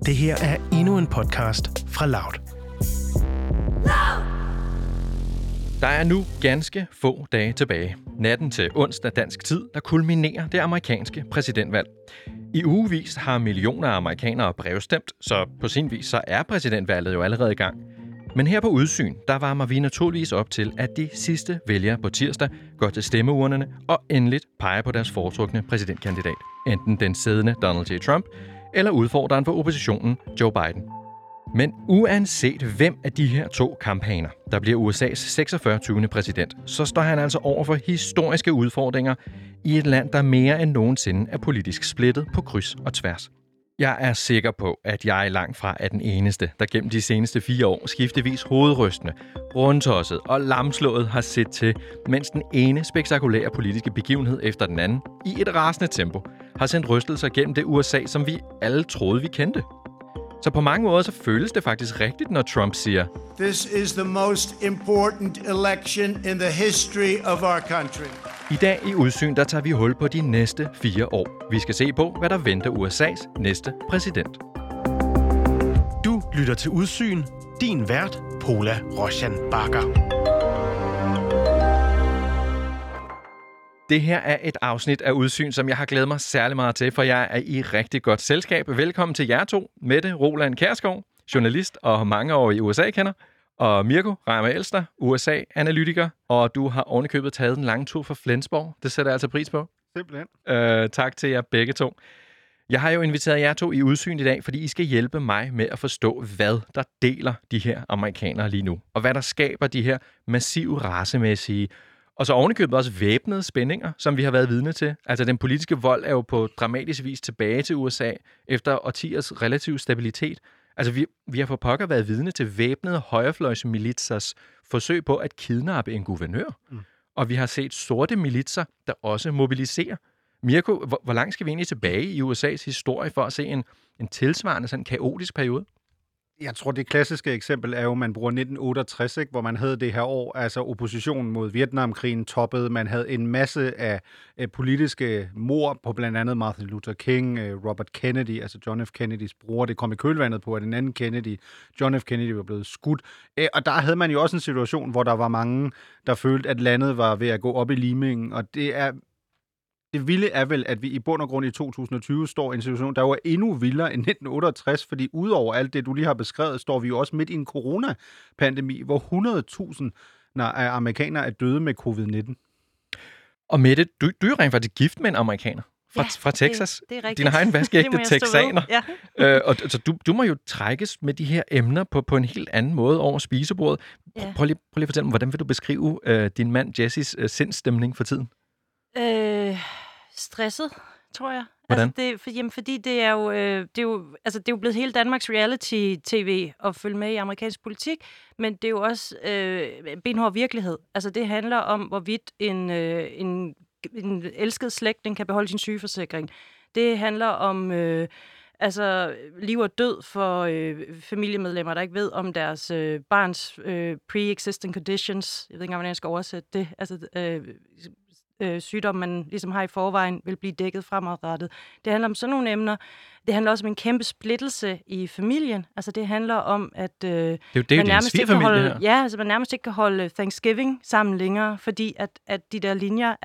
Det her er endnu en podcast fra Loud. Der er nu ganske få dage tilbage. Natten til onsdag dansk tid, der kulminerer det amerikanske præsidentvalg. I ugevis har millioner af amerikanere brevstemt, så på sin vis så er præsidentvalget jo allerede i gang. Men her på Udsyn, der varmer vi naturligvis op til, at de sidste vælgere på tirsdag går til stemmeurnerne og endeligt peger på deres foretrukne præsidentkandidat. Enten den siddende Donald J. Trump, eller udfordreren for oppositionen Joe Biden. Men uanset hvem af de her to kampagner, der bliver USA's 46. præsident, så står han altså over for historiske udfordringer i et land, der mere end nogensinde er politisk splittet på kryds og tværs. Jeg er sikker på, at jeg langt fra er den eneste, der gennem de seneste 4 år skiftevis hovedrystende, rundtosset og lamslået har set til, mens den ene spektakulære politiske begivenhed efter den anden, i et rasende tempo, har sendt rystelser gennem det USA, som vi alle troede, vi kendte. Så på mange måder så føles det faktisk rigtigt, når Trump siger, "This is the most important election in the history of our country." I dag i Udsyn, der tager vi hul på de næste 4 år. Vi skal se på, hvad der venter USA's næste præsident. Du lytter til Udsyn. Din vært, Paula Roshan Bakker. Det her er et afsnit af Udsyn, som jeg har glædet mig særlig meget til, for jeg er i rigtig godt selskab. Velkommen til jer to, Mette Roland Kjærsgaard, journalist og mangeårig USA-kender, og Mirko Reimer Elster, USA-analytiker, og du har ovenikøbet taget en lang tur fra Flensborg. Det sætter jeg altså pris på. Simpelthen. Tak til jer begge to. Jeg har jo inviteret jer to i Udsyn i dag, fordi I skal hjælpe mig med at forstå, hvad der deler de her amerikanere lige nu, og hvad der skaber de her massive racemæssige og så ovenikøbet også væbnede spændinger, som vi har været vidne til. Altså den politiske vold er jo på dramatisk vis tilbage til USA efter årtiers relativ stabilitet. Altså vi har for pokker været vidne til væbnede højrefløjsmilitsers forsøg på at kidnappe en guvernør. Og vi har set sorte militser, der også mobiliserer. Mirko, hvor langt skal vi egentlig tilbage i USA's historie for at se en tilsvarende sådan kaotisk periode? Jeg tror, det klassiske eksempel er jo, at man bruger 1968, ikke, hvor man havde det her år, altså oppositionen mod Vietnamkrigen toppede. Man havde en masse af politiske mord på blandt andet Martin Luther King, Robert Kennedy, altså John F. Kennedys bror. Det kom i kølvandet på, at den anden Kennedy, John F. Kennedy, var blevet skudt. Og der havde man jo også en situation, hvor der var mange, der følte, at landet var ved at gå op i limingen. Og det vilde er vel, at vi i bund og grund i 2020 står i en situation, der jo er endnu vildere end 1968, fordi udover alt det, du lige har beskrevet, står vi jo også midt i en coronapandemi, hvor 100.000 af amerikanere er døde med covid-19. Og Mette, du er jo rent faktisk gift med en amerikaner fra Texas. Det er rigtigt. Din egen vaskeægte texaner. Ja. Og så du må jo trækkes med de her emner på en helt anden måde over spisebordet. Ja. Prøv lige at fortælle mig, hvordan vil du beskrive din mand Jesses sindsstemning for tiden? Stresset, tror jeg. Hvordan? Altså fordi det er jo blevet hele Danmarks reality-tv at følge med i amerikansk politik, men det er jo også benhård virkelighed. Altså det handler om, hvorvidt en elsket slægtning kan beholde sin sygeforsikring. Det handler om liv og død for familiemedlemmer, der ikke ved om deres barns pre-existing conditions. Jeg ved ikke engang, hvordan jeg skal oversætte det. Altså sygdom, man ligesom har i forvejen, vil blive dækket fremadrettet. Det handler om sådan nogle emner. Det handler også om en kæmpe splittelse i familien. Altså det handler om, at man nærmest ikke kan holde, man nærmest ikke kan holde Thanksgiving sammen længere, fordi at de der linjer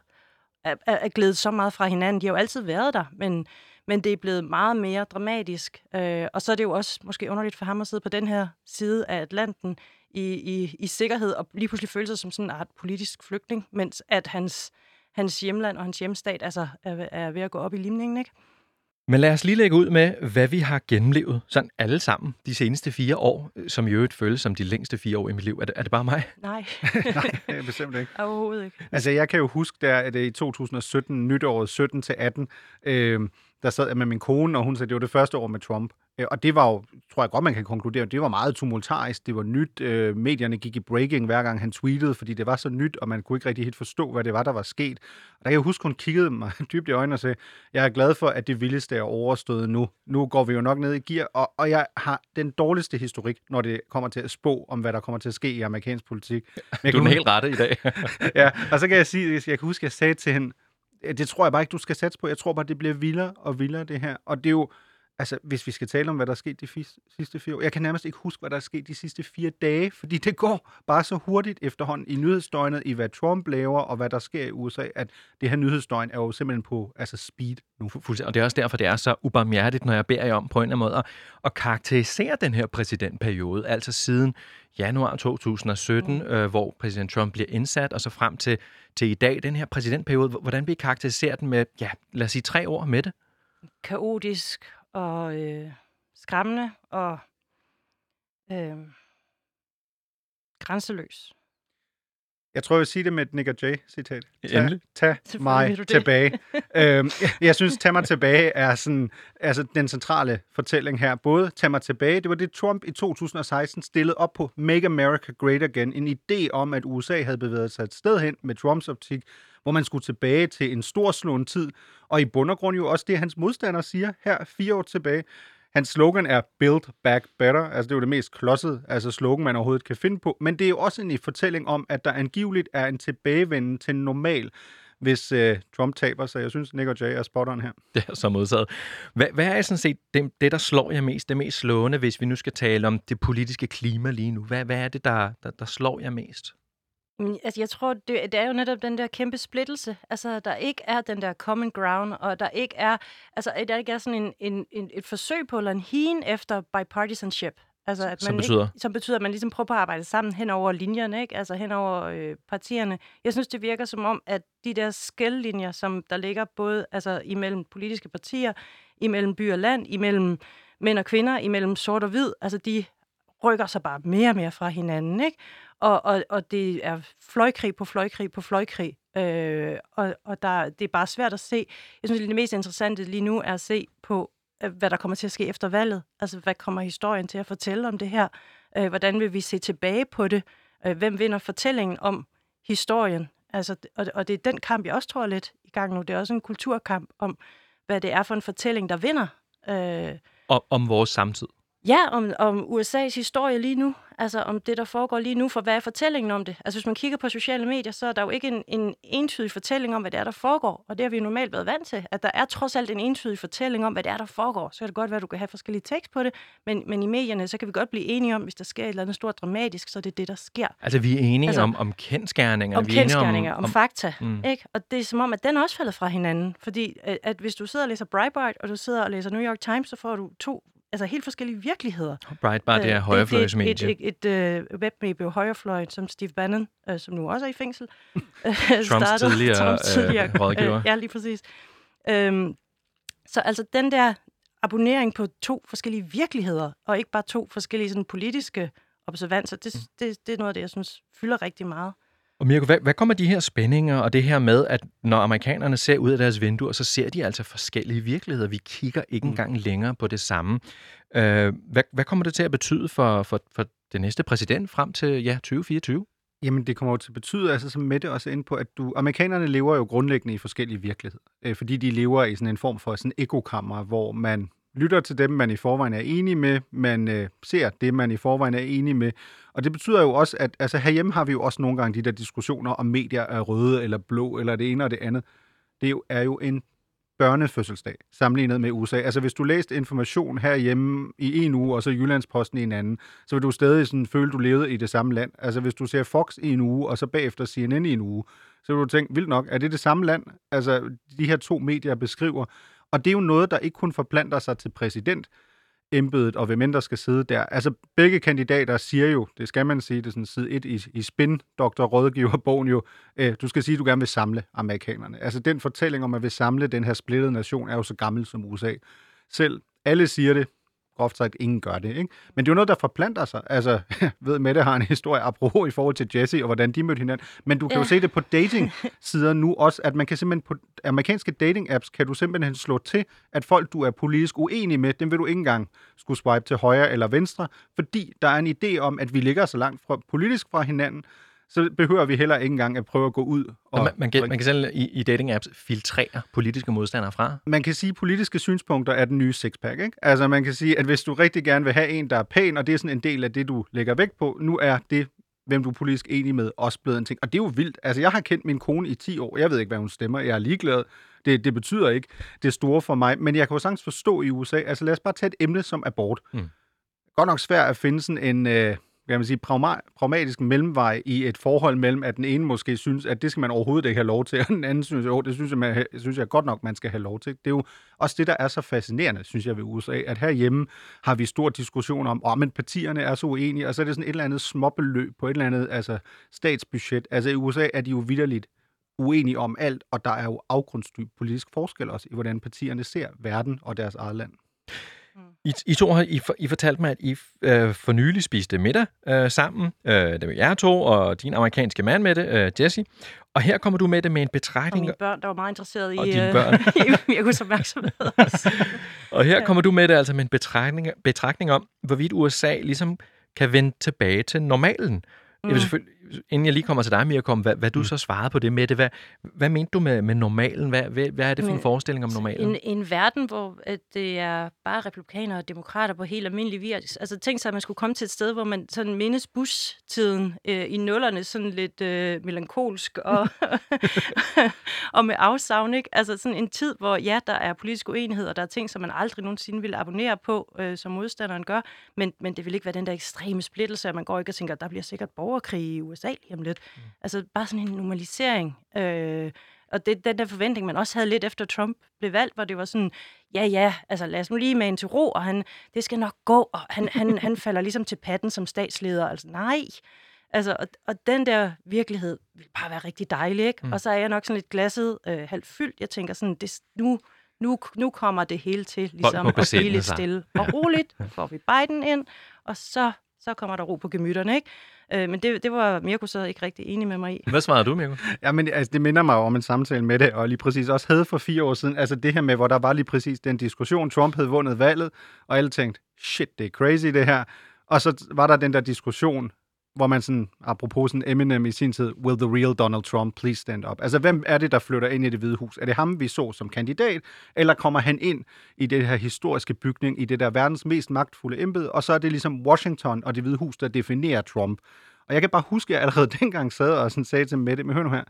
er glædet så meget fra hinanden. De har jo altid været der, men det er blevet meget mere dramatisk. Og så er det jo også måske underligt for ham at sidde på den her side af Atlanten i sikkerhed, og lige pludselig føle sig som sådan en art politisk flygtning, mens at hans hjemland og hans hjemstat er ved at gå op i limningen, ikke? Men lad os lige lægge ud med, hvad vi har gennemlevet sådan alle sammen de seneste 4 år, som i øvrigt føles som de længste 4 år i mit liv. Er det bare mig? Nej. Nej, det er bestemt ikke. Overhovedet ikke. Altså, jeg kan jo huske, at det i 2017, nytåret 17-18, der sad jeg med min kone, og hun sagde, at det var det første år med Trump. Og det var jo, tror jeg godt, man kan konkludere, det var meget tumultarisk, det var nyt. Medierne gik i breaking, hver gang han tweetede, fordi det var så nyt, og man kunne ikke rigtig helt forstå, hvad det var, der var sket. Og der kan jeg huske, hun kiggede mig dybt i øjnene og sagde, jeg er glad for, at det vildeste er overstået nu. Nu går vi jo nok ned i gear, og jeg har den dårligste historik, når det kommer til at spå om, hvad der kommer til at ske i amerikansk politik. Men du er den helt rette i dag. Ja, og så kan jeg sige, jeg kan huske, jeg sagde til hende, det tror jeg bare ikke, du skal satse på. Jeg tror bare, det bliver vildere og vildere, det her. Og det er jo, Altså, hvis vi skal tale om, hvad der er sket de sidste 4 år. Jeg kan nærmest ikke huske, hvad der er sket de sidste 4 dage, fordi det går bare så hurtigt efterhånden i nyhedsdøgnet, i hvad Trump laver, og hvad der sker i USA, at det her nyhedsdøgn er jo simpelthen på speed nu. Og det er også derfor, det er så ubarmhjertigt, når jeg beder jer om på en eller anden måde at karakterisere den her præsidentperiode, altså siden januar 2017, hvor præsident Trump bliver indsat, og så frem til i dag, den her præsidentperiode. Hvordan vil I karakterisere den med, lad os sige 3 ord med det? Kaotisk og skræmmende og grænseløs. Jeg tror, jeg vil sige det med et Nick og Jay-citat. Tag Selvfølgelig mig vil du det. tilbage. Jeg synes, tag mig tilbage er sådan, altså den centrale fortælling her. Både tag mig tilbage, det var det Trump i 2016 stillede op på Make America Great Again. En idé om, at USA havde bevæget sig et sted hen med Trumps optik, hvor man skulle tilbage til en storslående tid. Og i bund og grund jo også det, hans modstandere siger her 4 år tilbage. Hans slogan er Build Back Better. Altså det er jo det mest klodsede slogan, man overhovedet kan finde på. Men det er jo også en fortælling om, at der angiveligt er en tilbagevenden til normal, hvis Trump taber. Så jeg synes, Nick og Jay er spot on her. Det er så modtaget. Hvad er sådan set det, der slår jer mest, det mest slående, hvis vi nu skal tale om det politiske klima lige nu? Hvad er det, der slår jer mest? Altså, jeg tror, det er jo netop den der kæmpe splittelse. Altså, der ikke er den der common ground, og der ikke er sådan et forsøg på, eller en higen efter bipartisanship. Altså, at man som betyder, at man ligesom prøver på at arbejde sammen hen over linjerne, ikke? Altså hen over partierne. Jeg synes, det virker som om, at de der skellinjer, som der ligger både imellem politiske partier, imellem by og land, imellem mænd og kvinder, imellem sort og hvid, altså de rykker sig bare mere og mere fra hinanden, ikke? Og det er fløjkrig på fløjkrig på fløjkrig. Det er bare svært at se. Jeg synes, det mest interessante lige nu er at se på, hvad der kommer til at ske efter valget. Altså, hvad kommer historien til at fortælle om det her? Hvordan vil vi se tilbage på det? Hvem vinder fortællingen om historien? Altså, og det er den kamp, jeg også tror er lidt i gang nu. Det er også en kulturkamp om, hvad det er for en fortælling, der vinder. Om vores samtid. Ja, om USA's historie lige nu, altså om det, der foregår lige nu, for hvad er fortællingen om det? Altså hvis man kigger på sociale medier, så er der jo ikke en entydig fortælling om, hvad det er, der foregår, og det har vi jo normalt været vant til, at der er trods alt en entydig fortælling om, hvad det er, der foregår. Så kan det godt være, at du kan have forskellige tekst på det, men i medierne, så kan vi godt blive enige om, hvis der sker et eller andet stort dramatisk, så er det det, der sker. Altså vi er enige om kendsgerninger. Om kendsgerninger, om fakta, ikke? Og det er som om, at den er også faldet fra hinanden, fordi at hvis du sidder og læser Breitbart, og du sidder og læser New York Times, så får du 2 helt forskellige virkeligheder. Breitbart, det er højrefløjsmedie. Et webmedie højrefløjen, som Steve Bannon, som nu også er i fængsel, Trumps tidligere rådgiver. Ja, lige præcis. Så altså den der abonnering på 2 forskellige virkeligheder, og ikke bare 2 forskellige sådan, politiske observanser, det er noget af det, jeg synes fylder rigtig meget. Og Mirko, hvad kommer de her spændinger og det her med, at når amerikanerne ser ud af deres vinduer, så ser de altså forskellige virkeligheder. Vi kigger ikke engang længere på det samme. Hvad kommer det til at betyde for det næste præsident frem til 2024? Jamen, det kommer jo til at betyde, altså som Mette også er inde på, at amerikanerne lever jo grundlæggende i forskellige virkeligheder. Fordi de lever i sådan en form for sådan ekokammer, hvor man lytter til dem, man i forvejen er enig med, man ser det, man i forvejen er enig med. Og det betyder jo også, at altså herhjemme har vi jo også nogle gange de der diskussioner om medier er røde eller blå, eller det ene og det andet. Det er jo en børnefødselsdag sammenlignet med USA. Altså hvis du læste Information herhjemme i en uge, og så Jyllandsposten i en anden, så vil du stadig sådan føle, du levede i det samme land. Altså hvis du ser Fox i en uge, og så bagefter CNN i en uge, så vil du tænke, vildt nok, er det samme land? Altså de her 2 medier beskriver. Og det er jo noget, der ikke kun forplanter sig til præsidentembedet, og hvem end der skal sidde der. Altså begge kandidater siger jo, det skal man sige, det er sådan side 1 i Spin, Dr. Rådgiverbogen jo, du skal sige, at du gerne vil samle amerikanerne. Altså den fortælling om, at vil samle den her splittede nation, er jo så gammel som USA. Selv alle siger det, groft sagt, ingen gør det, ikke? Men det er jo noget, der forplanter sig. Altså, jeg ved, Mette har en historie apropos i forhold til Jesse, og hvordan de mødte hinanden. Men du kan jo se det på dating-sider nu også, at man kan simpelthen på amerikanske dating-apps, kan du simpelthen slå til, at folk, du er politisk uenig med, dem vil du ikke engang skulle swipe til højre eller venstre, fordi der er en idé om, at vi ligger så langt politisk fra hinanden, så behøver vi heller ikke engang at prøve at gå ud. Og man kan selv i dating-apps filtrere politiske modstandere fra? Man kan sige, at politiske synspunkter er den nye sixpack, ikke? Altså man kan sige, at hvis du rigtig gerne vil have en, der er pæn, og det er sådan en del af det, du lægger vægt på, nu er det hvem du er politisk enig med, også blevet en ting. Og det er jo vildt. Altså, jeg har kendt min kone i 10 år. Jeg ved ikke, hvad hun stemmer. Jeg er ligeglad. Det betyder ikke det store for mig. Men jeg kan jo sagtens forstå i USA. Altså, lad os bare tage et emne som abort. Godt nok svært at finde sådan en pragmatisk mellemvej i et forhold mellem, at den ene måske synes, at det skal man overhovedet ikke have lov til, og den anden synes, det synes jeg godt nok, man skal have lov til. Det er jo også det, der er så fascinerende, synes jeg, ved USA, at herhjemme har vi stor diskussion om, men partierne er så uenige, og så er det sådan et eller andet småbeløb på et eller andet statsbudget. Altså i USA er de jo vitterligt uenige om alt, og der er jo afgrundsdyb politisk forskel også i, hvordan partierne ser verden og deres eget land. I to har I fortalte mig, at I for nylig spiste middag sammen. Det var jer to og din amerikanske mand med det, Jesse. Og her kommer du med det med en betragtning. Og mine børn, der var meget interesseret i Mirkos opmærksomhed. Og her kommer du med det altså med en betragtning om, hvorvidt USA ligesom kan vende tilbage til normalen. Jeg vil selvfølgelig, inden jeg lige kommer til dig, Mirko, hvad du så svarede på det med det. Hvad mente du med normalen? Hvad er det for en forestilling om normalen? En verden, hvor det er bare republikanere og demokrater på helt almindelig vis. Altså tænk sig, at man skulle komme til et sted, hvor man sådan mindes Bush-tiden i nullerne, sådan lidt melankolsk og, og med afsavn, ikke? Altså sådan en tid, hvor der er politisk uenighed, og der er ting, som man aldrig nogensinde ville abonnere på, som modstanderen gør, men det vil ikke være den der ekstreme splittelse, at man går ikke og tænker, at der bliver sikkert borgerkrig i USA lige om lidt. Altså bare sådan en normalisering. Og det den der forventning, man også havde lidt efter Trump blev valgt, hvor det var sådan, altså lad os nu lige mane til ro, og det skal nok gå, og han falder ligesom til patten som statsleder. Altså nej. Altså, og den der virkelighed vil bare være rigtig dejlig, ikke? Og så er jeg nok sådan lidt glasset halvt fyldt. Jeg tænker sådan, nu kommer det hele til ligesom at blive lidt stille og roligt. Får vi Biden ind, og så kommer der ro på gemytterne, ikke? Men det var Mirko så ikke rigtig enig med mig i. Hvad svarede du, Mirko? Ja, men altså, det minder mig om en samtale med det, og lige præcis også havde for 4 år siden, altså det her med, hvor der var lige præcis den diskussion, Trump havde vundet valget, og alle tænkte, shit, det er crazy det her. Og så var der den der diskussion, hvor man sådan, apropos sådan Eminem i sin tid, will the real Donald Trump please stand up? Altså, hvem er det, der flytter ind i Det Hvide Hus? Er det ham, vi så som kandidat, eller kommer han ind i det her historiske bygning, i det der verdens mest magtfulde embede, og så er det ligesom Washington og Det Hvide Hus, der definerer Trump. Og jeg kan bare huske, at jeg allerede dengang sad og sådan sagde til Mette, men hør nu her,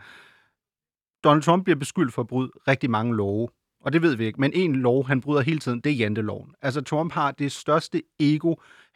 Donald Trump bliver beskyldt for at bryde rigtig mange love, og det ved vi ikke, men en lov, han bryder hele tiden, det er janteloven. Altså, Trump har det største ego,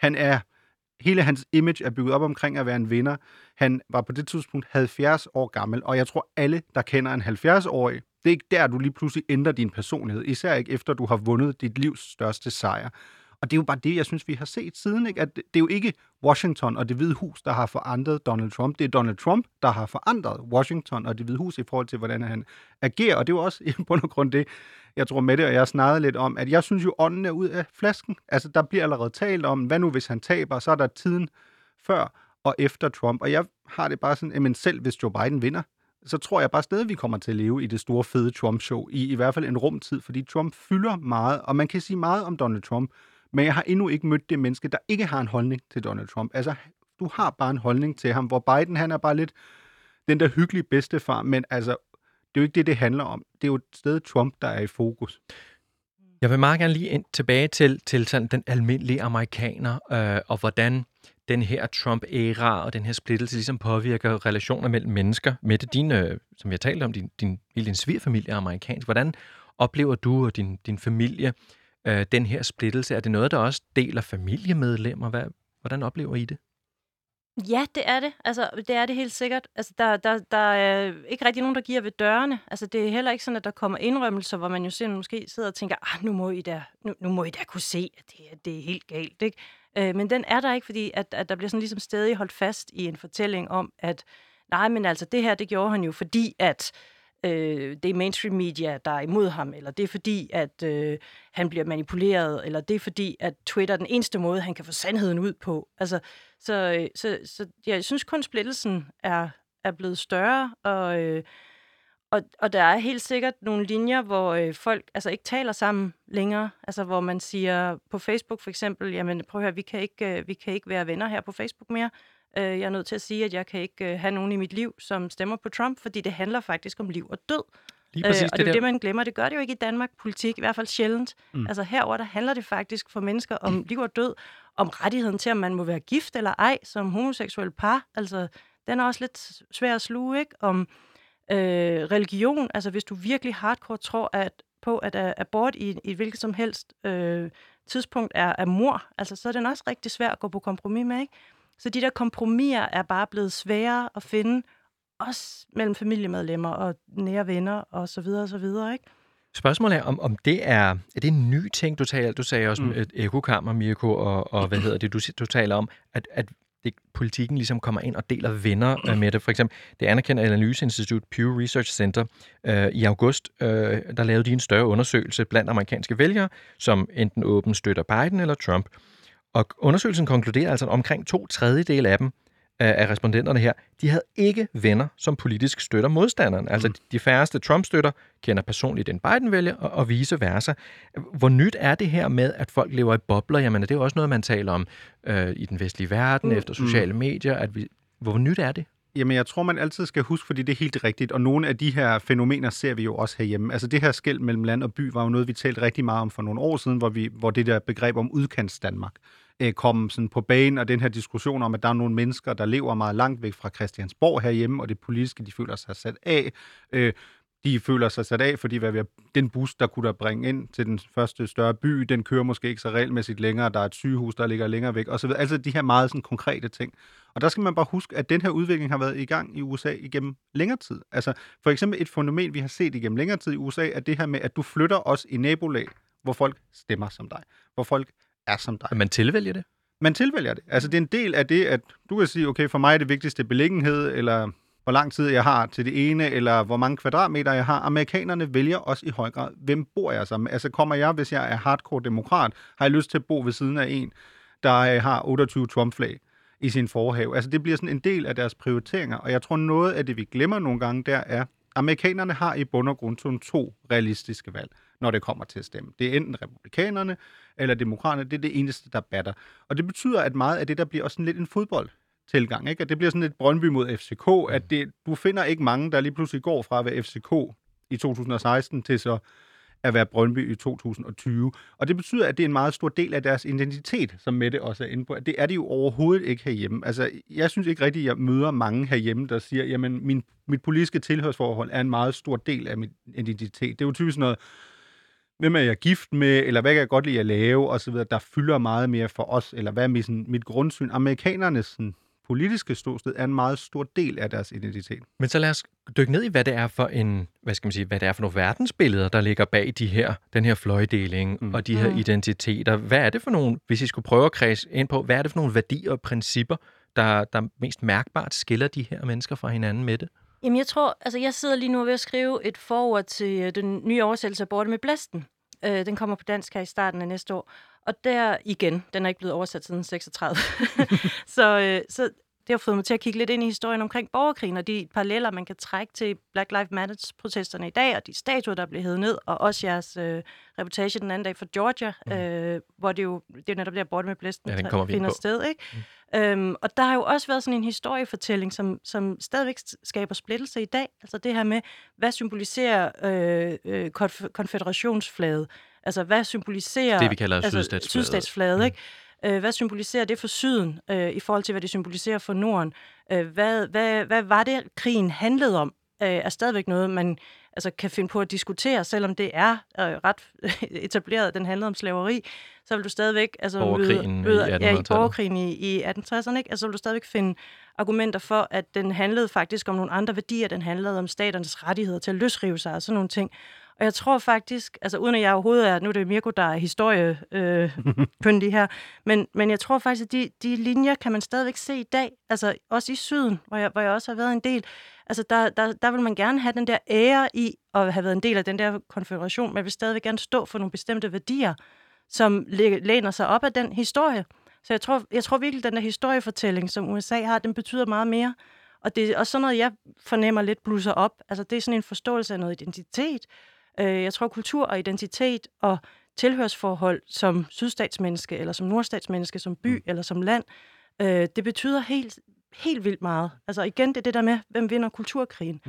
hele hans image er bygget op omkring at være en vinder. Han var på det tidspunkt 70 år gammel, og jeg tror alle, der kender en 70-årig, det er ikke der, du lige pludselig ændrer din personlighed. Især ikke efter, du har vundet dit livs største sejr. Og det er jo bare det, jeg synes, vi har set siden, ikke? At det er jo ikke Washington og Det Hvide Hus, der har forandret Donald Trump. Det er Donald Trump, der har forandret Washington og Det Hvide Hus i forhold til, hvordan han agerer. Og det er jo også i bund og grund det, jeg tror Mette og jeg snakkede lidt om, at jeg synes jo, ånden er ud af flasken. Altså, der bliver allerede talt om, hvad nu hvis han taber, så er der tiden før og efter Trump. Og jeg har det bare sådan, at selv hvis Joe Biden vinder, så tror jeg bare stadig, vi kommer til at leve i det store, fede Trump-show, i hvert fald en rumtid, fordi Trump fylder meget, og man kan sige meget om Donald Trump, men jeg har endnu ikke mødt det menneske, der ikke har en holdning til Donald Trump. Altså, du har bare en holdning til ham, hvor Biden, han er bare lidt den der hyggelige bedstefar, men altså, det er jo ikke det handler om. Det er jo stadig Trump, der er i fokus. Jeg vil meget gerne lige tilbage til sådan den almindelige amerikaner, og hvordan den her Trump-æra og den her splittelse ligesom påvirker relationer mellem mennesker. Mette, som jeg talte om, hele din svigerfamilie er amerikansk. Hvordan oplever du og din familie den her splittelse? Er det noget, der også deler familiemedlemmer? Hvordan oplever I det? Ja, det er det. Altså, det er det helt sikkert. Altså, der er ikke rigtig nogen, der giver ved dørene. Altså, det er heller ikke sådan, at der kommer indrømmelser, hvor man jo simpelthen måske sidder og tænker, nu må I da kunne se, at det er helt galt, ikke? Men den er der ikke, fordi at der bliver sådan ligesom stadig holdt fast i en fortælling om, at nej, men altså, det her, det gjorde han jo, fordi at det er mainstream media, der er imod ham, eller det er fordi, at han bliver manipuleret, eller det er fordi, at Twitter er den eneste måde, han kan få sandheden ud på. Altså, så jeg synes kun splittelsen er blevet større, og der er helt sikkert nogle linjer, hvor folk altså ikke taler sammen længere, altså hvor man siger på Facebook for eksempel, jamen prøv at høre, vi kan ikke være venner her på Facebook mere. Jeg er nødt til at sige, at jeg kan ikke have nogen i mit liv, som stemmer på Trump, fordi det handler faktisk om liv og død. Lige præcis og det er jo det, man glemmer. Det gør det jo ikke i Danmark politik, i hvert fald sjældent. Altså herover der handler det faktisk for mennesker om liv og død, om rettigheden til, om man må være gift eller ej som homoseksuel par. Altså, den er også lidt svær at sluge, ikke? Om religion. Altså, hvis du virkelig hardcore tror på, at abort i et hvilket som helst tidspunkt er mord, altså, så er den også rigtig svær at gå på kompromis med, ikke? Så de der kompromiser er bare blevet sværere at finde, også mellem familiemedlemmer og nære venner og så videre, ikke? Spørgsmålet er, om det er det en ny ting, du sagde også med et ekokammer, Mirko, og hvad hedder det, du taler om, at politikken ligesom kommer ind og deler venner med det. For eksempel, det anerkendte analyseinstitut Pew Research Center i august, der lavede de en større undersøgelse blandt amerikanske vælgere, som enten åbent støtter Biden eller Trump. Og undersøgelsen konkluderer altså, at omkring 2/3 af dem, af respondenterne her, de havde ikke venner, som politisk støtter modstanderen. Altså de færreste Trump-støtter kender personligt en Biden-vælger, og vice versa. Hvor nyt er det her med, at folk lever i bobler? Jamen, det er jo også noget, man taler om i den vestlige verden, efter sociale medier. Hvor nyt er det? Jamen, jeg tror, man altid skal huske, fordi det er helt rigtigt, og nogle af de her fænomener ser vi jo også herhjemme. Altså det her skel mellem land og by var jo noget, vi talte rigtig meget om for nogle år siden, hvor det der begreb om udkants Danmark kom sådan på banen, og den her diskussion om, at der er nogle mennesker, der lever meget langt væk fra Christiansborg herhjemme, og det politiske, de føler sig sat af. De føler sig sat af, fordi den bus, der kunne der bringe ind til den første større by, den kører måske ikke så regelmæssigt længere, der er et sygehus, der ligger længere væk, osv. Altså de her meget sådan konkrete ting. Og der skal man bare huske, at den her udvikling har været i gang i USA igennem længere tid. Altså for eksempel et fænomen, vi har set igennem længere tid i USA, er det her med, at du flytter også i nabolag, hvor folk stemmer som dig, hvor folk er som dig. Man tilvælger det? Man tilvælger det. Altså det er en del af det, at du kan sige, okay, for mig er det vigtigste beliggenhed, eller hvor lang tid jeg har til det ene, eller hvor mange kvadratmeter jeg har. Amerikanerne vælger også i høj grad, hvem bor jeg sammen med. Altså kommer jeg, hvis jeg er hardcore demokrat, har jeg lyst til at bo ved siden af en, der har 28 Trump-flag i sin forhave. Altså det bliver sådan en del af deres prioriteringer, og jeg tror noget af det, vi glemmer nogle gange, der er, amerikanerne har i bund og grund sådan 2 realistiske valg, når det kommer til at stemme. Det er enten republikanerne eller demokraterne, det er det eneste, der batter. Og det betyder, at meget af det, der bliver også sådan lidt en fodboldtilgang, ikke? At det bliver sådan lidt Brøndby mod FCK, at du finder ikke mange, der lige pludselig går fra at være FCK i 2016 til så at være Brøndby i 2020. Og det betyder, at det er en meget stor del af deres identitet, som Mette også er inde på. Det er det jo overhovedet ikke herhjemme. Altså, jeg synes ikke rigtigt, at jeg møder mange herhjemme, der siger, jamen, mit politiske tilhørsforhold er en meget stor del af min identitet. Det er jo typisk noget, hvem er jeg gift med, eller hvad kan jeg godt lide at lave, og så videre, der fylder meget mere for os, eller hvad er mit grundsyn. Amerikanernes politiske ståsted er en meget stor del af deres identitet. Men så lad os dykke ned i, hvad det er for hvad det er for nogle verdensbilleder, der ligger bag den her fløjdeling og de her identiteter. Hvad er det for nogle, hvis I skulle prøve at kredse ind på, hvad er det for nogle værdier og principper, der mest mærkbart skiller de her mennesker fra hinanden med det? Jamen jeg tror, altså jeg sidder lige nu ved at skrive et forord til den nye oversættelse af Borte med Blæsten. Den kommer på dansk her i starten af næste år. Og der igen, den er ikke blevet oversat siden 36. så det har fået mig til at kigge lidt ind i historien omkring borgerkrigen, og de paralleller, man kan trække til Black Lives Matter-protesterne i dag, og de statuer, der blev hævet ned, og også jeres reportage den anden dag fra Georgia, hvor det er netop der Borte med Blæsten finder sted, ikke? Og der har jo også været sådan en historiefortælling, som stadigvæk skaber splittelse i dag. Altså det her med, hvad symboliserer konføderationsflaget? Altså hvad symboliserer det, vi kalder sydstatsflaget, ikke? Hvad symboliserer det for syden i forhold til, hvad det symboliserer for Norden? Hvad var det, krigen handlede om? Er stadigvæk noget, man kan finde på at diskutere, selvom det er ret etableret, at den handlede om slaveri, så vil du stadigvæk borgerkrigen i 1860'erne, ikke? Altså, så vil du stadigvæk finde argumenter for, at den handlede faktisk om nogle andre værdier. Den handlede om staternes rettigheder til at løsrive sig og sådan nogle ting. Og jeg tror faktisk, altså uden at jeg overhovedet er, nu er det Mirko, der er historiekyndig her, men jeg tror faktisk, at de linjer kan man stadigvæk se i dag, altså også i syden, hvor jeg også har været en del. Altså der vil man gerne have den der ære i at have været en del af den der konfederation, men vil stadigvæk gerne stå for nogle bestemte værdier, som læner sig op af den historie. Så jeg tror virkelig, at den der historiefortælling, som USA har, den betyder meget mere. Og det er også sådan noget, jeg fornemmer lidt blusser op. Altså det er sådan en forståelse af noget identitet. Jeg tror, kultur og identitet og tilhørsforhold som sydstatsmenneske, eller som nordstatsmenneske, som by eller som land, det betyder helt vildt meget. Altså igen, det er det der med, hvem vinder kulturkrigen.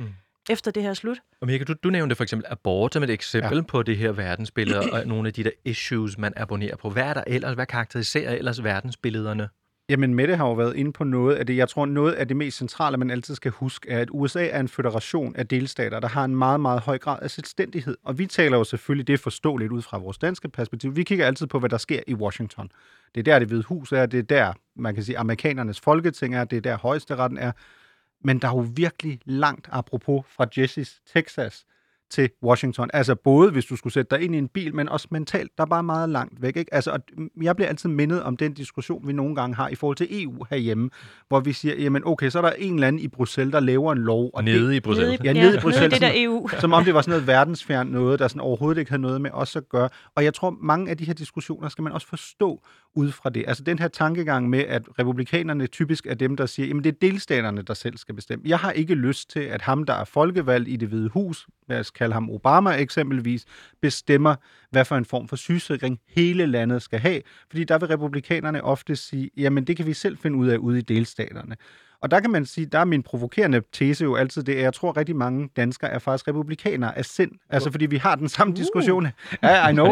efter det her slut. Og Mirka, du nævnte for eksempel abort som et eksempel på det her verdensbillede, og nogle af de der issues, man abonnerer på. Hvad er der ellers? Hvad karakteriserer ellers verdensbillederne? Jamen, Mette har jo været inde på noget af det. Jeg tror, noget af det mest centrale, man altid skal huske, er, at USA er en føderation af delstater, der har en meget, meget høj grad af selvstændighed. Og vi taler jo selvfølgelig det forståeligt ud fra vores danske perspektiv. Vi kigger altid på, hvad der sker i Washington. Det er der, Det Hvide Hus er. Det er der, man kan sige, amerikanernes folketing er. Det er der, højesteretten er. Men der er jo virkelig langt, apropos fra Jesse's Texas til Washington. Altså både, hvis du skulle sætte dig ind i en bil, men også mentalt, der er bare meget langt væk. Ikke? Altså, jeg bliver altid mindet om den diskussion, vi nogle gange har i forhold til EU herhjemme, hvor vi siger, jamen okay, så er der en eller anden i Bruxelles, der laver en lov. Og nede i Bruxelles. Ja, nede i Bruxelles. Det der EU. Som om det var sådan noget verdensfjernt noget, der sådan overhovedet ikke havde noget med os at gøre. Og jeg tror, mange af de her diskussioner skal man også forstå ud fra det. Altså den her tankegang med, at republikanerne typisk er dem, der siger, jamen det er delstaterne, der selv skal bestemme. Jeg har ikke lyst til, at ham, der er folkevalgt i Det Hvide Hus, lad os kalde ham Obama eksempelvis, bestemmer, hvad for en form for sygesikring hele landet skal have. Fordi der vil republikanerne ofte sige, jamen det kan vi selv finde ud af ude i delstaterne. Og der kan man sige, der er min provokerende tese jo altid det, at jeg tror rigtig mange danskere er faktisk republikanere af sind. Altså fordi vi har den samme diskussion. Ja, I know.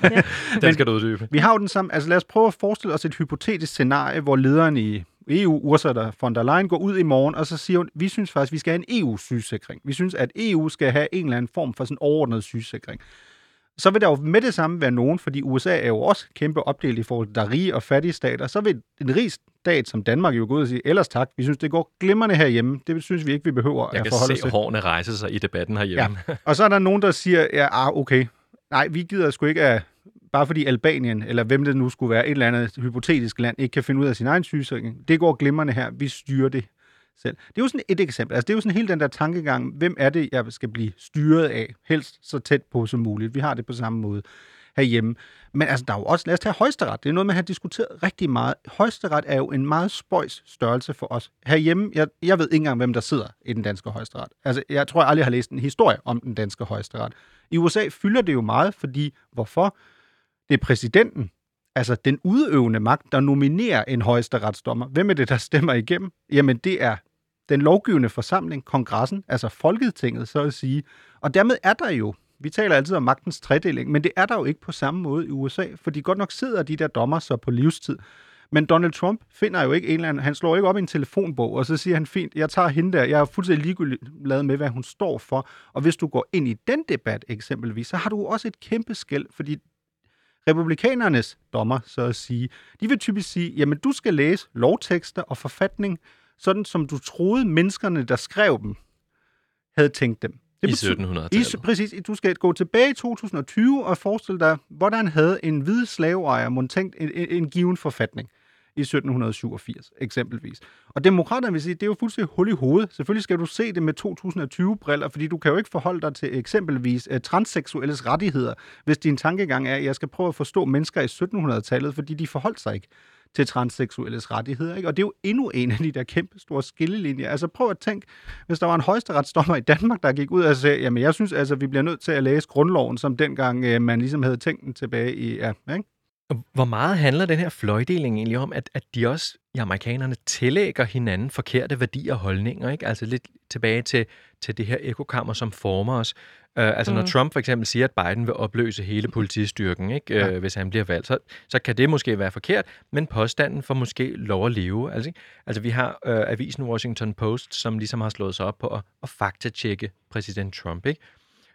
Den skal du uddybe. Vi har jo den samme, altså lad os prøve at forestille os et hypotetisk scenarie, hvor lederen i EU, Ursula von der Leyen, går ud i morgen, og så siger hun, vi synes faktisk, vi skal have en EU-sygesikring. Vi synes, at EU skal have en eller anden form for sådan overordnet sygesikring. Så vil der jo med det samme være nogen, fordi USA er jo også kæmpe opdelt i forhold til, der er rige og fattige stater. Så vil en rig stat som Danmark jo gå ud og sige, ellers tak, vi synes, det går glimrende herhjemme. Det synes vi ikke, vi behøver at forholde os til. Jeg kan se hårene rejse sig i debatten herhjemme. Ja. Og så er der nogen, der siger, ja, okay, nej, vi gider sgu ikke af, bare fordi Albanien, eller hvem det nu skulle være, et eller andet hypotetisk land, ikke kan finde ud af sin egen sygesikring. Det går glimrende her, vi styrer det selv. Det er jo sådan et eksempel. Altså, det er jo sådan hele den der tankegang, hvem er det, jeg skal blive styret af, helst så tæt på som muligt. Vi har det på samme måde herhjemme. Men altså, der er jo også, lad os tage højesteret. Det er noget, man har diskuteret rigtig meget. Højesteret er jo en meget spøjs størrelse for os. Herhjemme, jeg ved ikke engang, hvem der sidder i den danske højesteret. Altså, jeg tror, jeg aldrig har læst en historie om den danske højesteret. I USA fylder det jo meget, fordi, hvorfor? Det er præsidenten, altså den udøvende magt, der nominerer en højesteretsdommer. Hvem er det, der stemmer igennem? Jamen, det er den lovgivende forsamling, kongressen, altså Folketinget, så at sige. Og dermed er der jo, vi taler altid om magtens tredeling, men det er der jo ikke på samme måde i USA, fordi godt nok sidder de der dommer så på livstid. Men Donald Trump finder jo ikke en eller anden, han slår ikke op i en telefonbog, og så siger han, fint, jeg tager hende der, jeg er fuldstændig ligeglad med, hvad hun står for. Og hvis du går ind i den debat eksempelvis, så har du også et kæmpe skel, fordi republikanernes dommer, så at sige, de vil typisk sige, jamen du skal læse lovtekster og forfatning, sådan som du troede menneskerne, der skrev dem, havde tænkt dem. I 1700-tallet. Præcis. Du skal gå tilbage i 2020 og forestille dig, hvordan havde en hvid slaveejer måttet en given forfatning i 1787 eksempelvis. Og demokraterne vil sige, det er jo fuldstændig hul i hovedet. Selvfølgelig skal du se det med 2020-briller, fordi du kan jo ikke forholde dig til eksempelvis transseksuelles rettigheder, hvis din tankegang er, at jeg skal prøve at forstå mennesker i 1700-tallet, fordi de forholdt sig ikke til transseksuelles rettigheder. Ikke? Og det er jo endnu en af de der kæmpe store skillelinjer. Altså prøv at tænke, hvis der var en højesteretsdommer i Danmark, der gik ud og sagde, jamen jeg synes altså, vi bliver nødt til at læse grundloven, som dengang man ligesom havde tænkt den tilbage i, ja, ikke? Hvor meget handler den her fløjdeling egentlig om, at de også, amerikanerne, tillægger hinanden forkerte værdier og holdninger, ikke? Altså lidt tilbage til det her ekokammer, som former os. Når Trump for eksempel siger, at Biden vil opløse hele politistyrken, ikke? Hvis han bliver valgt, så kan det måske være forkert, men påstanden får måske lov at leve. Altså vi har avisen Washington Post, som ligesom har slået sig op på at faktatjekke præsident Trump, ikke?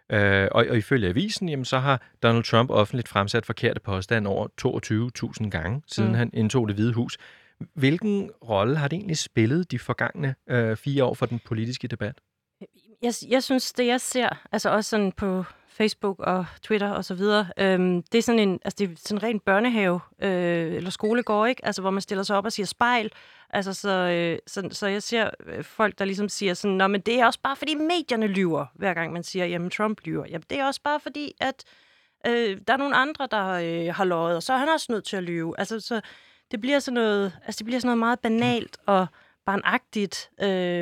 Og ifølge avisen, jamen, så har Donald Trump offentligt fremsat forkerte påstande over 22.000 gange, siden han indtog Det Hvide Hus. Hvilken rolle har det egentlig spillet de forgangne 4 år for den politiske debat? Jeg synes, det jeg ser, altså også sådan på Facebook og Twitter og så videre, det er sådan en, altså det er sådan en ren børnehave eller skolegård, ikke? Altså hvor man stiller sig op og siger spejl. Altså så jeg ser folk, der ligesom siger sådan, nå, men det er også bare fordi medierne lyver, hver gang man siger, jamen Trump lyver. Jamen det er også bare fordi, at der er nogle andre, der har løjet, og så er han også nødt til at lyve. Altså så det bliver sådan noget, meget banalt og barnagtigt,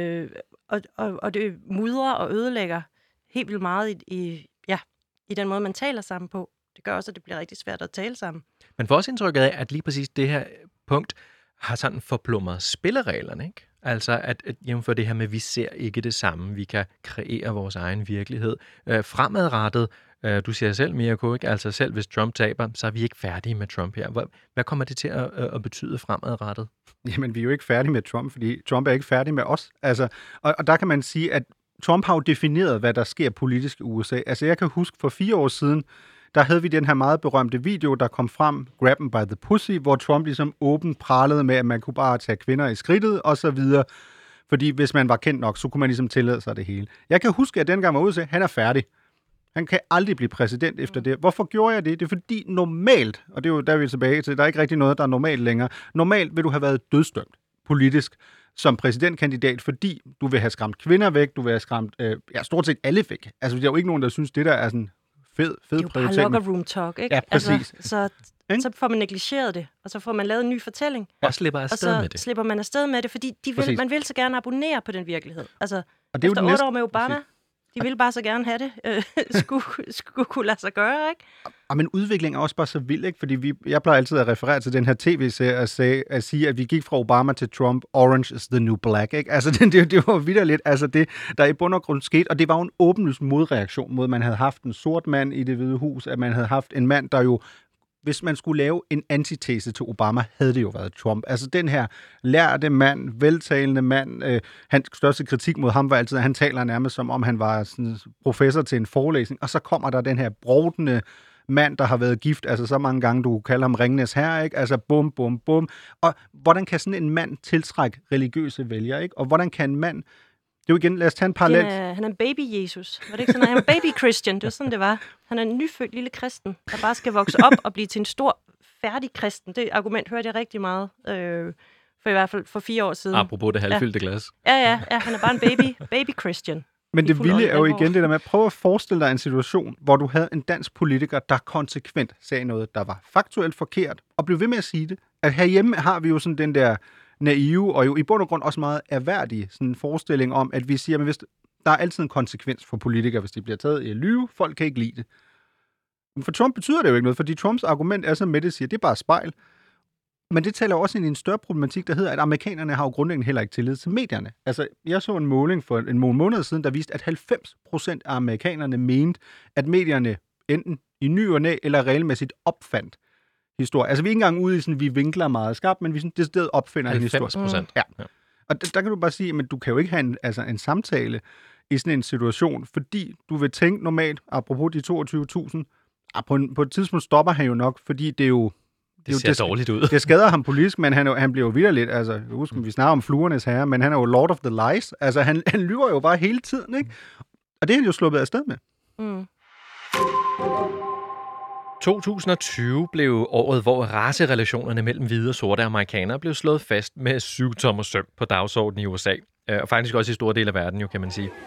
og det mudrer og ødelægger helt vildt meget i den måde, man taler sammen på. Det gør også, at det bliver rigtig svært at tale sammen. Men for os indtrykket af, at lige præcis det her punkt har sådan forplumret spillereglerne, ikke? Altså at jævnfør det her med, at vi ser ikke det samme. Vi kan kreere vores egen virkelighed. Fremadrettet, du siger selv, Mirko, ikke? Altså selv hvis Trump taber, så er vi ikke færdige med Trump her. Hvad kommer det til at betyde fremadrettet? Jamen, vi er jo ikke færdige med Trump, fordi Trump er ikke færdig med os. Altså, og der kan man sige, at Trump har jo defineret, hvad der sker politisk i USA. Altså, jeg kan huske for 4 år siden, der havde vi den her meget berømte video, der kom frem, Grab 'em by the Pussy, hvor Trump ligesom åbent pralede med, at man kunne bare tage kvinder i skridtet og så videre. Fordi hvis man var kendt nok, så kunne man ligesom tillade sig det hele. Jeg kan huske, at dengang var ude at han er færdig. Han kan aldrig blive præsident efter det. Hvorfor gjorde jeg det? Det er fordi normalt, og det er jo der vi er tilbage til, der er ikke rigtig noget, der er normalt længere. Normalt vil du have været dødsdømt politisk som præsidentkandidat, fordi du vil have skræmt kvinder væk, du vil have skræmt stort set alle væk. Altså, der er jo ikke nogen, der synes, det der er sådan fed prioritering. Det er jo bare locker room talk, ikke? Ja, præcis. Altså, så får man negligeret det, og så får man lavet en ny fortælling. Og slipper afsted med det. Og så slipper man afsted med det, fordi man vil så gerne abonnere på den virkelighed. Altså, og det er efter 8 år med Obama, de ville bare så gerne have det. Skulle kunne lade sig gøre, ikke? Men udviklingen er også bare så vild, ikke? Fordi jeg plejer altid at referere til den her tv-serie at sige, at vi gik fra Obama til Trump, orange is the new black, ikke? Altså, det var vitterligt, altså det, der i bund og grund skete, og det var jo en åbenlys modreaktion mod, at man havde haft en sort mand i Det Hvide Hus, at man havde haft en mand, der jo, hvis man skulle lave en antitese til Obama, havde det jo været Trump. Altså den her lærte mand, veltalende mand, hans største kritik mod ham var altid, at han taler nærmest som om han var sådan professor til en forelæsning, og så kommer der den her brodende mand, der har været gift, altså så mange gange, du kalder ham Ringenes Herre, ikke? Altså bum, bum, bum. Og hvordan kan sådan en mand tiltrække religiøse vælgere, ikke? Og hvordan kan en mand... Det er jo igen, lad os tage en parallel. Han er en baby-Jesus. Var det ikke sådan, han er baby-Christian? Det var sådan, det var. Han er en nyfødt lille kristen, der bare skal vokse op og blive til en stor, færdig kristen. Det argument hørte jeg rigtig meget, for i hvert fald for 4 år siden. Apropos det halvfyldte glas. Ja, han er bare en baby-Christian. Men det vilde er jo igen det der med at prøve at forestille dig en situation, hvor du havde en dansk politiker, der konsekvent sagde noget, der var faktuelt forkert, og blev ved med at sige det. At herhjemme har vi jo sådan den der naive, og jo i bund og grund også meget erhverdige sådan en forestilling om, at vi siger, at hvis der er altid en konsekvens for politikere, hvis de bliver taget i at lyve. Folk kan ikke lide det. Men for Trump betyder det jo ikke noget, fordi Trumps argument er, som Mette siger, det er bare spejl. Men det taler også ind i en større problematik, der hedder, at amerikanerne har jo grundlæggende heller ikke tillid til medierne. Altså, jeg så en måling for en måned siden, der viste, at 90% af amerikanerne mente, at medierne enten i ny og næ eller regelmæssigt opfandt historie. Altså, vi er ikke engang ude i sådan, vi vinkler meget skarpt, men vi sådan, det sted opfinder en historie. 90%. Ja. Og der kan du bare sige, at du kan jo ikke have en samtale i sådan en situation, fordi du vil tænke normalt, apropos de 22.000, på et tidspunkt stopper han jo nok, fordi det er jo... Det ser dårligt ud. Det skader ham politisk, men han bliver jo vitterligt, altså, jeg husker, vi snakker om fluernes herre, men han er jo Lord of the Lies. Altså, han lyver jo bare hele tiden, ikke? Og det er han jo sluppet afsted med. 2020 blev året, hvor racerelationerne mellem hvide og sorte amerikanere blev slået fast med 7-tommer søm på dagsordenen i USA. Og faktisk også i store dele af verden, jo, kan man sige.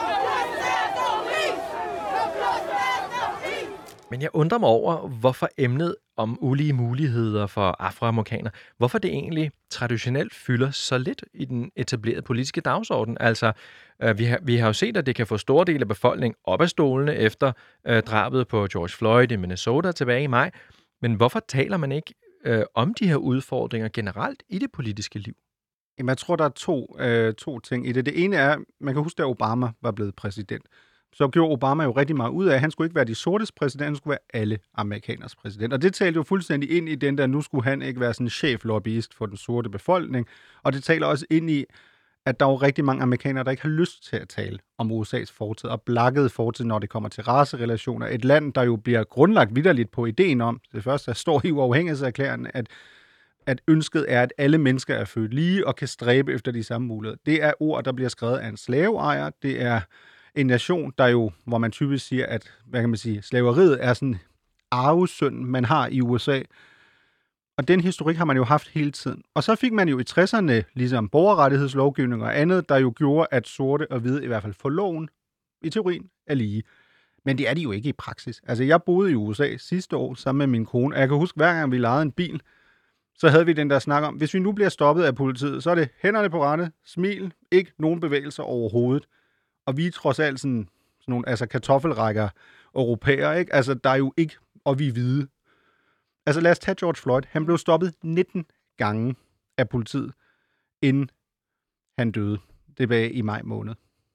Men jeg undrer mig over, hvorfor emnet om ulige muligheder for afroamerikanere, hvorfor det egentlig traditionelt fylder så lidt i den etablerede politiske dagsorden. Altså, vi har jo set, at det kan få store dele af befolkningen op af stolene efter drabet på George Floyd i Minnesota tilbage i maj. Men hvorfor taler man ikke om de her udfordringer generelt i det politiske liv? Jamen, jeg tror, der er to ting i det. Det ene er, man kan huske, at Obama var blevet præsident. Så gjorde Obama jo rigtig meget ud af, at han skulle ikke være de sortes præsident, han skulle være alle amerikaners præsident. Og det talte jo fuldstændig ind i den der, nu skulle han ikke være sådan en cheflobbyist for den sorte befolkning. Og det taler også ind i, at der er jo rigtig mange amerikanere, der ikke har lyst til at tale om USA's fortid og blakket fortid, når det kommer til racerelationer. Et land, der jo bliver grundlagt vitterligt på ideen om, det første, der står i uafhængighedserklæringen, at ønsket er, at alle mennesker er født lige og kan stræbe efter de samme muligheder. Det er ord, der bliver skrevet af en slaveejer. Det er en nation, der jo, hvor man typisk siger, at, hvad kan man sige, slaveriet er sådan arvesynd, man har i USA. Og den historik har man jo haft hele tiden. Og så fik man jo i 60'erne ligesom borgerrettighedslovgivning og andet, der jo gjorde, at sorte og hvide i hvert fald for loven i teorien er lige. Men det er de jo ikke i praksis. Altså, jeg boede i USA sidste år sammen med min kone, og jeg kan huske, hver gang vi lejede en bil, så havde vi den der snak om, hvis vi nu bliver stoppet af politiet, så er det hænderne på rette, smil, ikke nogen bevægelser overhovedet. Og vi er trods alt sådan nogle kartoffelrækker europæere, ikke? Altså, der er jo ikke, og vi er hvide. Altså, lad os tage George Floyd. Han blev stoppet 19 gange af politiet, inden han døde. Det var i maj måned.